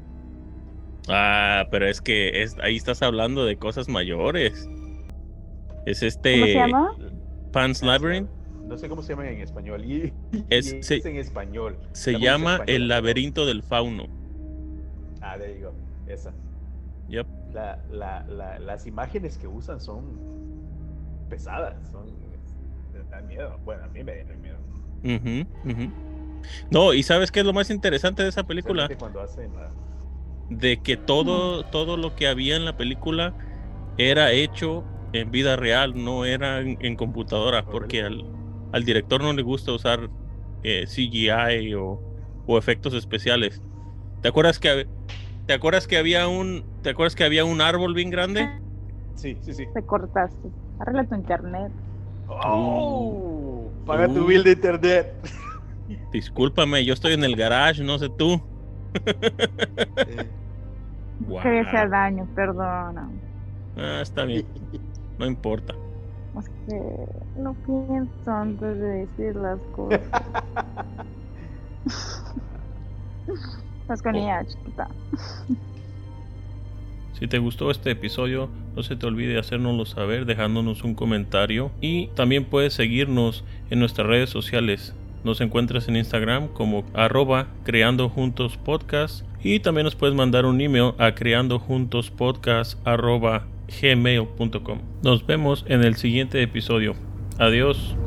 Pero es que ahí estás hablando de cosas mayores. Es ¿Cómo se llama? Pan's Labyrinth. No sé cómo se llama en español. Es en español. Se llama El laberinto del fauno. There you go. Esa. Yep. Las imágenes que usan son pesadas, dan miedo. Bueno, a mí me dan miedo. No, y ¿sabes qué es lo más interesante de esa película? Cuando hacen De que todo lo que había en la película era hecho en vida real, no era en computadora, porque al director no le gusta usar CGI o efectos especiales. ¿Te acuerdas que había un árbol bien grande? Sí. Te cortaste. Arregla tu internet. Paga tu bill de internet. Discúlpame, yo estoy en el garage, no sé tú. Wow. Que sea daño, perdona. Está bien, no importa. Es que no pienso antes de decir las cosas. Estás con ella, chiquita. Si te gustó este episodio, no se te olvide hacérnoslo saber dejándonos un comentario, y también puedes seguirnos en nuestras redes sociales. Nos encuentras en Instagram como @creandojuntospodcast, y también nos puedes mandar un email a creandojuntospodcast@gmail.com. Nos vemos en el siguiente episodio. Adiós.